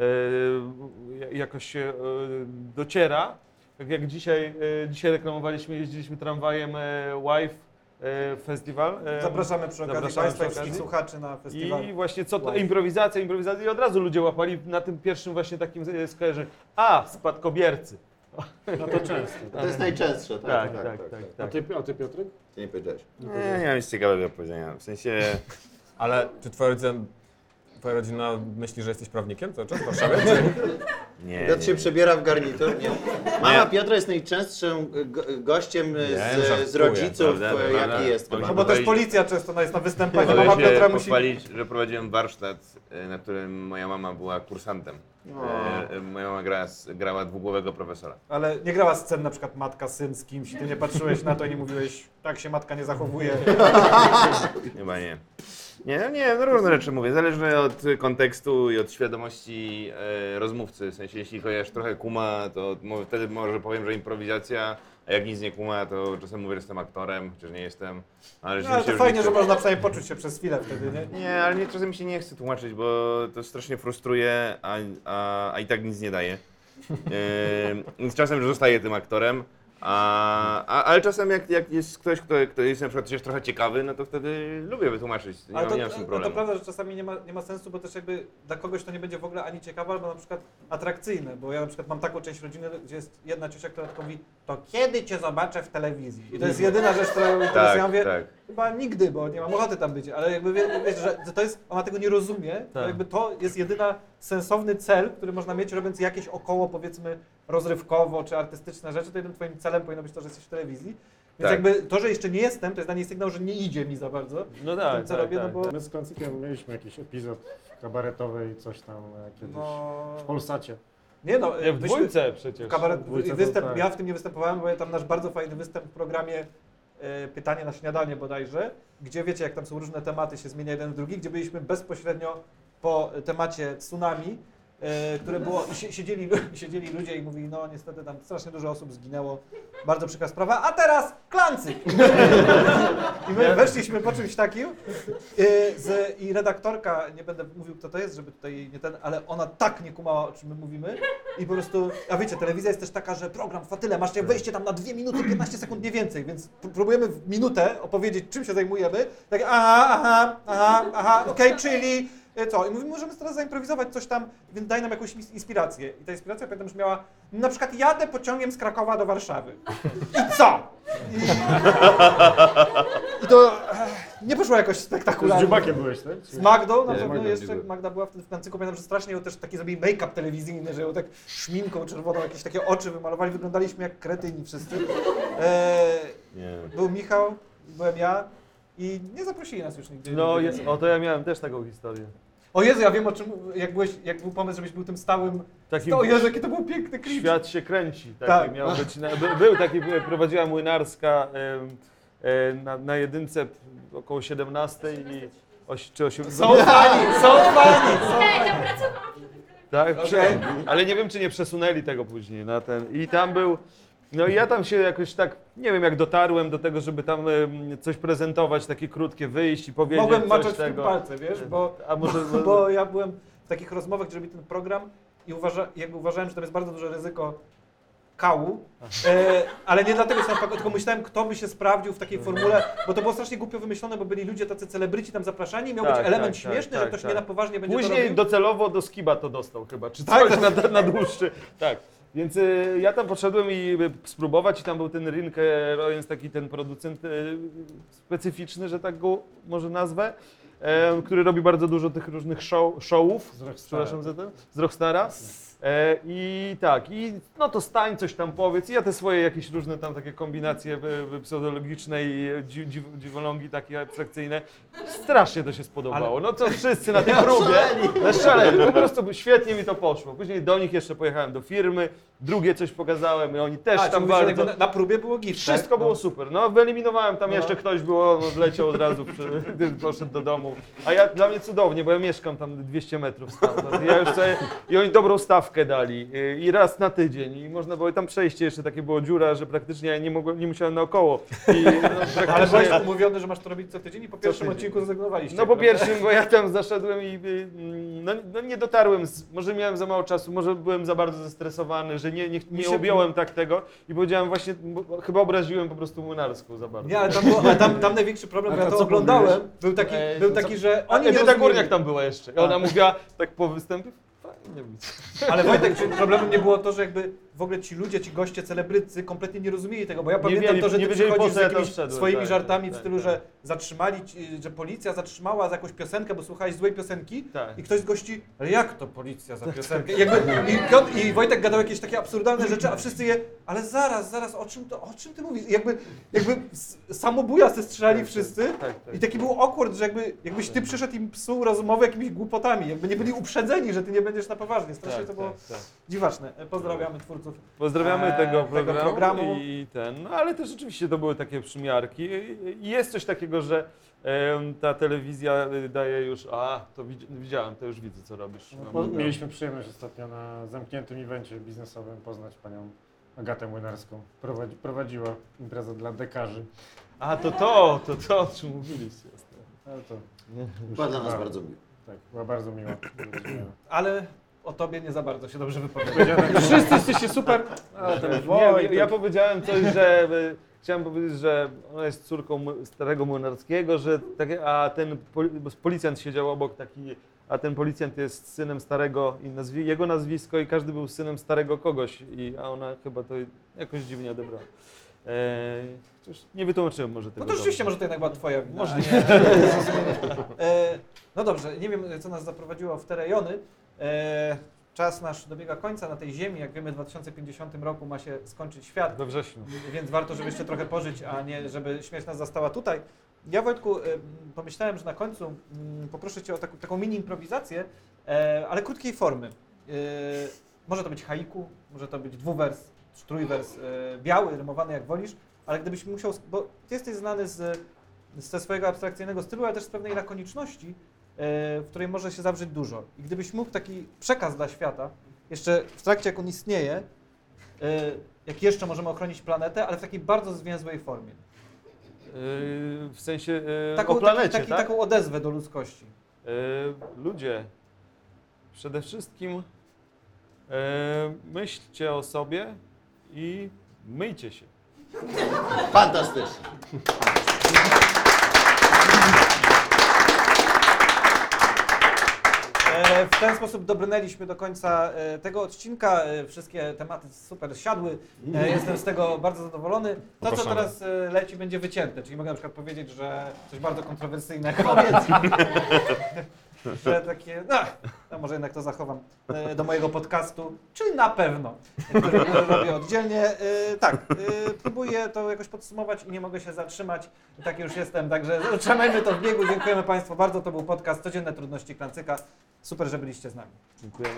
e, jakoś się e, dociera. Tak jak dzisiaj, e, dzisiaj reklamowaliśmy, jeździliśmy tramwajem e, Wife e, Festival. e, Zapraszamy przy okazji zapraszamy Państwa i przy wszystkich okazji. słuchaczy na festiwal. I właśnie co to, Wow. improwizacja, improwizacja i od razu ludzie łapali na tym pierwszym właśnie takim e, skojarzeniu. A, spadkobiercy. No to często. To jest najczęstsze, tak? Tak, tak, tak. A tak. ty, a ty Piotrek? Ty nie powiedziałeś. Nie, nie mam nic ciekawego do powiedzenia. W sensie... Ale czy twoja rodzina, twoja rodzina myśli, że jesteś prawnikiem cały czas w Warszawie? Czy... Nie, Piotr się nie. przebiera w garnitur. Nie. Mama Piotra jest najczęstszym go- gościem Ja z, żartuję, z rodziców, prawda, e, prawda. jaki jest. Mogę No bo też Powiedz- policja często jest na występach, Mogę mama się Piotra musi... pochwalić, że prowadziłem warsztat, e, na którym moja mama była kursantem. E, e, Moja mama gra, grała dwugłowego profesora. Ale nie grała scen na przykład matka, syn z kimś i ty nie patrzyłeś na to i nie mówiłeś, tak się matka nie zachowuje. Chyba nie. Nie, no nie, no różne rzeczy mówię. Zależy od kontekstu i od świadomości e, rozmówcy. W sensie, jeśli kojarzysz trochę kuma, to mo- wtedy może powiem, że improwizacja, a jak nic nie kuma, to czasem mówię, że jestem aktorem, chociaż nie jestem. Ale No ale to już fajnie, nie że chcę. można przynajmniej poczuć się przez chwilę wtedy, nie? Nie, ale nie, czasem mi się nie chce tłumaczyć, bo to strasznie frustruje, a, a, a i tak nic nie daje. Yy, więc czasem, że zostaję tym aktorem, a, a, ale czasem jak, jak jest ktoś, kto, kto jest na przykład chociaż trochę ciekawy, no to wtedy lubię wytłumaczyć. Nie, Ale mam, to, nie mam z tym to, to problemu. prawda, że czasami nie ma, nie ma sensu, bo też jakby dla kogoś to nie będzie w ogóle ani ciekawe, albo na przykład atrakcyjne, bo ja na przykład mam taką część rodziny, gdzie jest jedna ciocia, która tylko mówi, to kiedy cię zobaczę w telewizji? I to jest jedyna rzecz, która ją interesuje. Ja Tak, mówię, tak. chyba nigdy, bo nie mam ochoty tam być, ale jakby wie, wiesz, że to jest, ona tego nie rozumie, to Tak. jakby to jest jedyna sensowny cel, który można mieć, robiąc jakieś około, powiedzmy, rozrywkowo czy artystyczne rzeczy, to jednym twoim celem powinno być to, że jesteś w telewizji. Więc Tak. jakby to, że jeszcze nie jestem, to jest dla niej sygnał, że nie idzie mi za bardzo. No w tak, tym, co tak, robię, tak. no bo... My z Klancikiem mieliśmy jakiś epizod kabaretowy i coś tam e, kiedyś No... w Polsacie. Nie no, Nie, w myśmy- dwójce przecież. Kabaret, w dwójce to występ, tak. ja w tym nie występowałem, bo tam nasz bardzo fajny występ w programie e, Pytanie na śniadanie bodajże, gdzie wiecie, jak tam są różne tematy, się zmienia jeden w drugi, gdzie byliśmy bezpośrednio po temacie tsunami, e, które było, i si- siedzieli, lu- siedzieli ludzie i mówili, no niestety tam strasznie dużo osób zginęło, bardzo przykra sprawa, a teraz Klancyk! I my weszliśmy po czymś takim e, z, i redaktorka, nie będę mówił kto to jest, żeby tutaj nie ten, ale ona tak nie kumała, o czym my mówimy i po prostu, a wiecie, telewizja jest też taka, że program trwa tyle, macie wejście tam na dwie minuty, piętnaście sekund, nie więcej, więc p- próbujemy w minutę opowiedzieć, czym się zajmujemy, tak aha, aha, aha, aha, okej, czyli e, co? I mówimy, możemy teraz zaimprowizować coś tam, więc daj nam jakąś ins- inspirację. I ta inspiracja, pamiętam, że miała, na przykład jadę pociągiem z Krakowa do Warszawy. I co? I, i to e, nie poszło jakoś Z spektakularnie. dziubakiem byłeś, tak? Z Magdą na Nie, pewno Magdą jeszcze, nie było. Magda była wtedy w Klancyku, pamiętam, że strasznie ją też taki zrobili make-up telewizyjny, że ją tak szminką czerwoną, jakieś takie oczy wymalowali, wyglądaliśmy jak kretyni wszyscy. E, Nie. był Michał byłem ja i nie zaprosili nas już nigdzie. No, nigdy. je, o to ja miałem też taką historię. O Jezu, ja wiem o czym, jak, byłeś, jak był pomysł, żebyś był tym stałym... Takim O Jezu, jaki to był piękny klip. świat się kręci. Taki Tak. miał być. Na, by, był taki, prowadziła Młynarska em, e, na, na jedynce około siedemnastej i oś, czy osiem... Są fani, są fani! Są Ej, fani. tam pracowałam przy tym projekcie. Tak, Okej. prze- ale nie wiem, czy nie przesunęli tego później na ten. I tam był. No i ja tam się jakoś tak, nie wiem jak dotarłem do tego, żeby tam em, coś prezentować, takie krótkie wyjść i powiedzieć Mogłem coś maczać w tym tego. palce, wiesz, bo, A może- bo, bo ja byłem w takich rozmowach, gdzie robi ten program i uważa, jakby uważałem, że tam jest bardzo duże ryzyko kału, e, ale nie dlatego, że tam, tylko myślałem, kto by się sprawdził w takiej formule, bo to było strasznie głupio wymyślone, bo byli ludzie tacy celebryci tam zapraszani i miał Tak, być element tak, tak, śmieszny, tak, że ktoś tak. nie na poważnie będzie to Później robił. docelowo do Skiba to dostał chyba, czy Tak, coś na, na dłuższy. Tak. Więc y, ja tam poszedłem i y, spróbować i tam był ten Rinke Royens, taki ten producent y, specyficzny, że tak go może nazwę, e, który robi bardzo dużo tych różnych show, showów, Z Rockstara. przepraszam za to, z Rockstara. E, I tak, i no to stań, coś tam powiedz. I ja te swoje jakieś różne tam takie kombinacje y, y, pseudologiczne i y, dziw, dziw, dziwolągi takie abstrakcyjne. Strasznie to się spodobało. No to wszyscy na tej próbie. Zaszaleli. Po prostu świetnie mi to poszło. Później do nich jeszcze pojechałem do firmy, drugie coś pokazałem i oni też A, tam tam bardzo... na, na próbie było git, Wszystko tak? było No. super. No wyeliminowałem tam No. jeszcze ktoś było, no, wleciał od razu, przy, poszedł do domu. A ja dla mnie cudownie, bo ja mieszkam tam dwieście metrów stamtąd. I ja już sobie, i oni dobrą stawkę dali y, i raz na tydzień i można było i tam przejście jeszcze takie było dziura, że praktycznie ja nie mogłem, nie musiałem naokoło. I, no, Ale praktycznie- byłeś umówiony, że masz to robić co tydzień i po pierwszym tydzień. odcinku zrezygnowaliście. No po prawda? pierwszym, bo ja tam zaszedłem i y, no, no nie dotarłem, z, może miałem za mało czasu, może byłem za bardzo zestresowany, że nie, nie, Mi nie się- objąłem tak tego i powiedziałem właśnie, bo, chyba obraziłem po prostu Młynarską za bardzo. Nie, ale tam, było, ale tam, tam największy problem, A bo ja to to co oglądałem, mówiłeś? był taki, Ej, był to taki co- że A oni nie Edyta rozumieli. Górniak tam była jeszcze. I ona mówiła tak po występie, fajnie być. Ale Wojtek, czy problemem nie było to, że jakby w ogóle ci ludzie, ci goście, celebrycy kompletnie nie rozumieli tego, bo ja pamiętam mieli- to, że nie ty wiedzieli, przychodzisz po z co ja tam jakimiś wszedłem, swoimi tak, żartami tak, w tak, stylu, tak. że zatrzymali, ci- że policja zatrzymała za jakąś piosenkę, bo słuchałeś złej piosenki Tak. i ktoś z gości, ale jak to policja za piosenkę? I, jakby, i, Piotr, I Wojtek gadał jakieś takie absurdalne rzeczy, a wszyscy je, ale zaraz, zaraz, o czym, to, o czym ty mówisz? I jakby, jakby s- samobuja se strzelali wszyscy Tak, tak. i taki był awkward, że jakby, jakbyś ty przyszedł im psuł rozmowę jakimiś głupotami, jakby nie byli uprzedzeni, że ty nie będziesz na poważnie. Strasznie Tak, to było tak, tak. dziwaczne. Pozdrawiamy twórców. Pozdrawiamy Eee, tego, tego programu, programu. i ten, no ale też rzeczywiście to były takie przymiarki. I jest coś takiego, że em, ta telewizja y, daje już, a to widzi- widziałem, to już widzę co robisz. No, No, po, no. mieliśmy przyjemność ostatnio na zamkniętym evencie biznesowym poznać panią Agatę Młynarską. Prowadzi, prowadziła imprezę dla dekarzy. A to to, to to, o czym mówiliście. Ale to Była dla nas była- bardzo miła. Tak, była bardzo miła. Bardzo miła. Ale o tobie nie za bardzo się dobrze wypowiada. Powiedziała tak, Wszyscy jesteście super. Ale ten Nie, Wojtek. ja powiedziałem coś, że y, chciałem powiedzieć, że ona jest córką mu- starego Młynarskiego, że takie, a ten poli, bo policjant siedział obok taki, a ten policjant jest synem starego i nazwi, jego nazwisko i każdy był synem starego kogoś, i, a ona chyba to jakoś dziwnie odebrała. Eee, chociaż nie wytłumaczyłem może tego. No to rzeczywiście dobrze. może to jednak była twoja wina. Możliwe. E, no dobrze, nie wiem co nas zaprowadziło w te rejony. E, czas nasz dobiega końca na tej ziemi. Jak wiemy w dwa tysiące pięćdziesiątym roku ma się skończyć świat, We wrześniu. więc warto, żeby jeszcze trochę pożyć, a nie żeby śmierć nas zastała tutaj. Ja Wojtku e, pomyślałem, że na końcu mm, poproszę Cię o taką, taką mini improwizację, e, ale krótkiej formy. E, może to być haiku, może to być dwuwers, czy trójwers, e, biały, rymowany jak wolisz, ale gdybyś musiał, bo Ty jesteś znany z, ze swojego abstrakcyjnego stylu, ale też z pewnej lakoniczności, e, w której może się zawrzeć dużo. I gdybyś mógł taki przekaz dla świata, jeszcze w trakcie jak on istnieje, e, jak jeszcze możemy ochronić planetę, ale w takiej bardzo zwięzłej formie. Yy, w sensie yy, Taką, o planecie, taki, taki, tak? Taką odezwę do ludzkości. Yy, ludzie, przede wszystkim yy, myślcie o sobie i myjcie się. Fantastycznie. E, W ten sposób dobrnęliśmy do końca e, tego odcinka. E, Wszystkie tematy super siadły. E, Jestem z tego bardzo zadowolony. To, co Poproszamy. teraz e, leci, będzie wycięte. Czyli mogę na przykład powiedzieć, że coś bardzo kontrowersyjnego. że takie, no, no może jednak to zachowam e, do mojego podcastu, czyli na pewno, który robię oddzielnie. E, tak, e, próbuję to jakoś podsumować i nie mogę się zatrzymać. I tak już jestem, także utrzymajmy to w biegu. Dziękujemy Państwu bardzo. To był podcast Codzienne Trudności Klancyka. Super, że byliście z nami. Dziękujemy.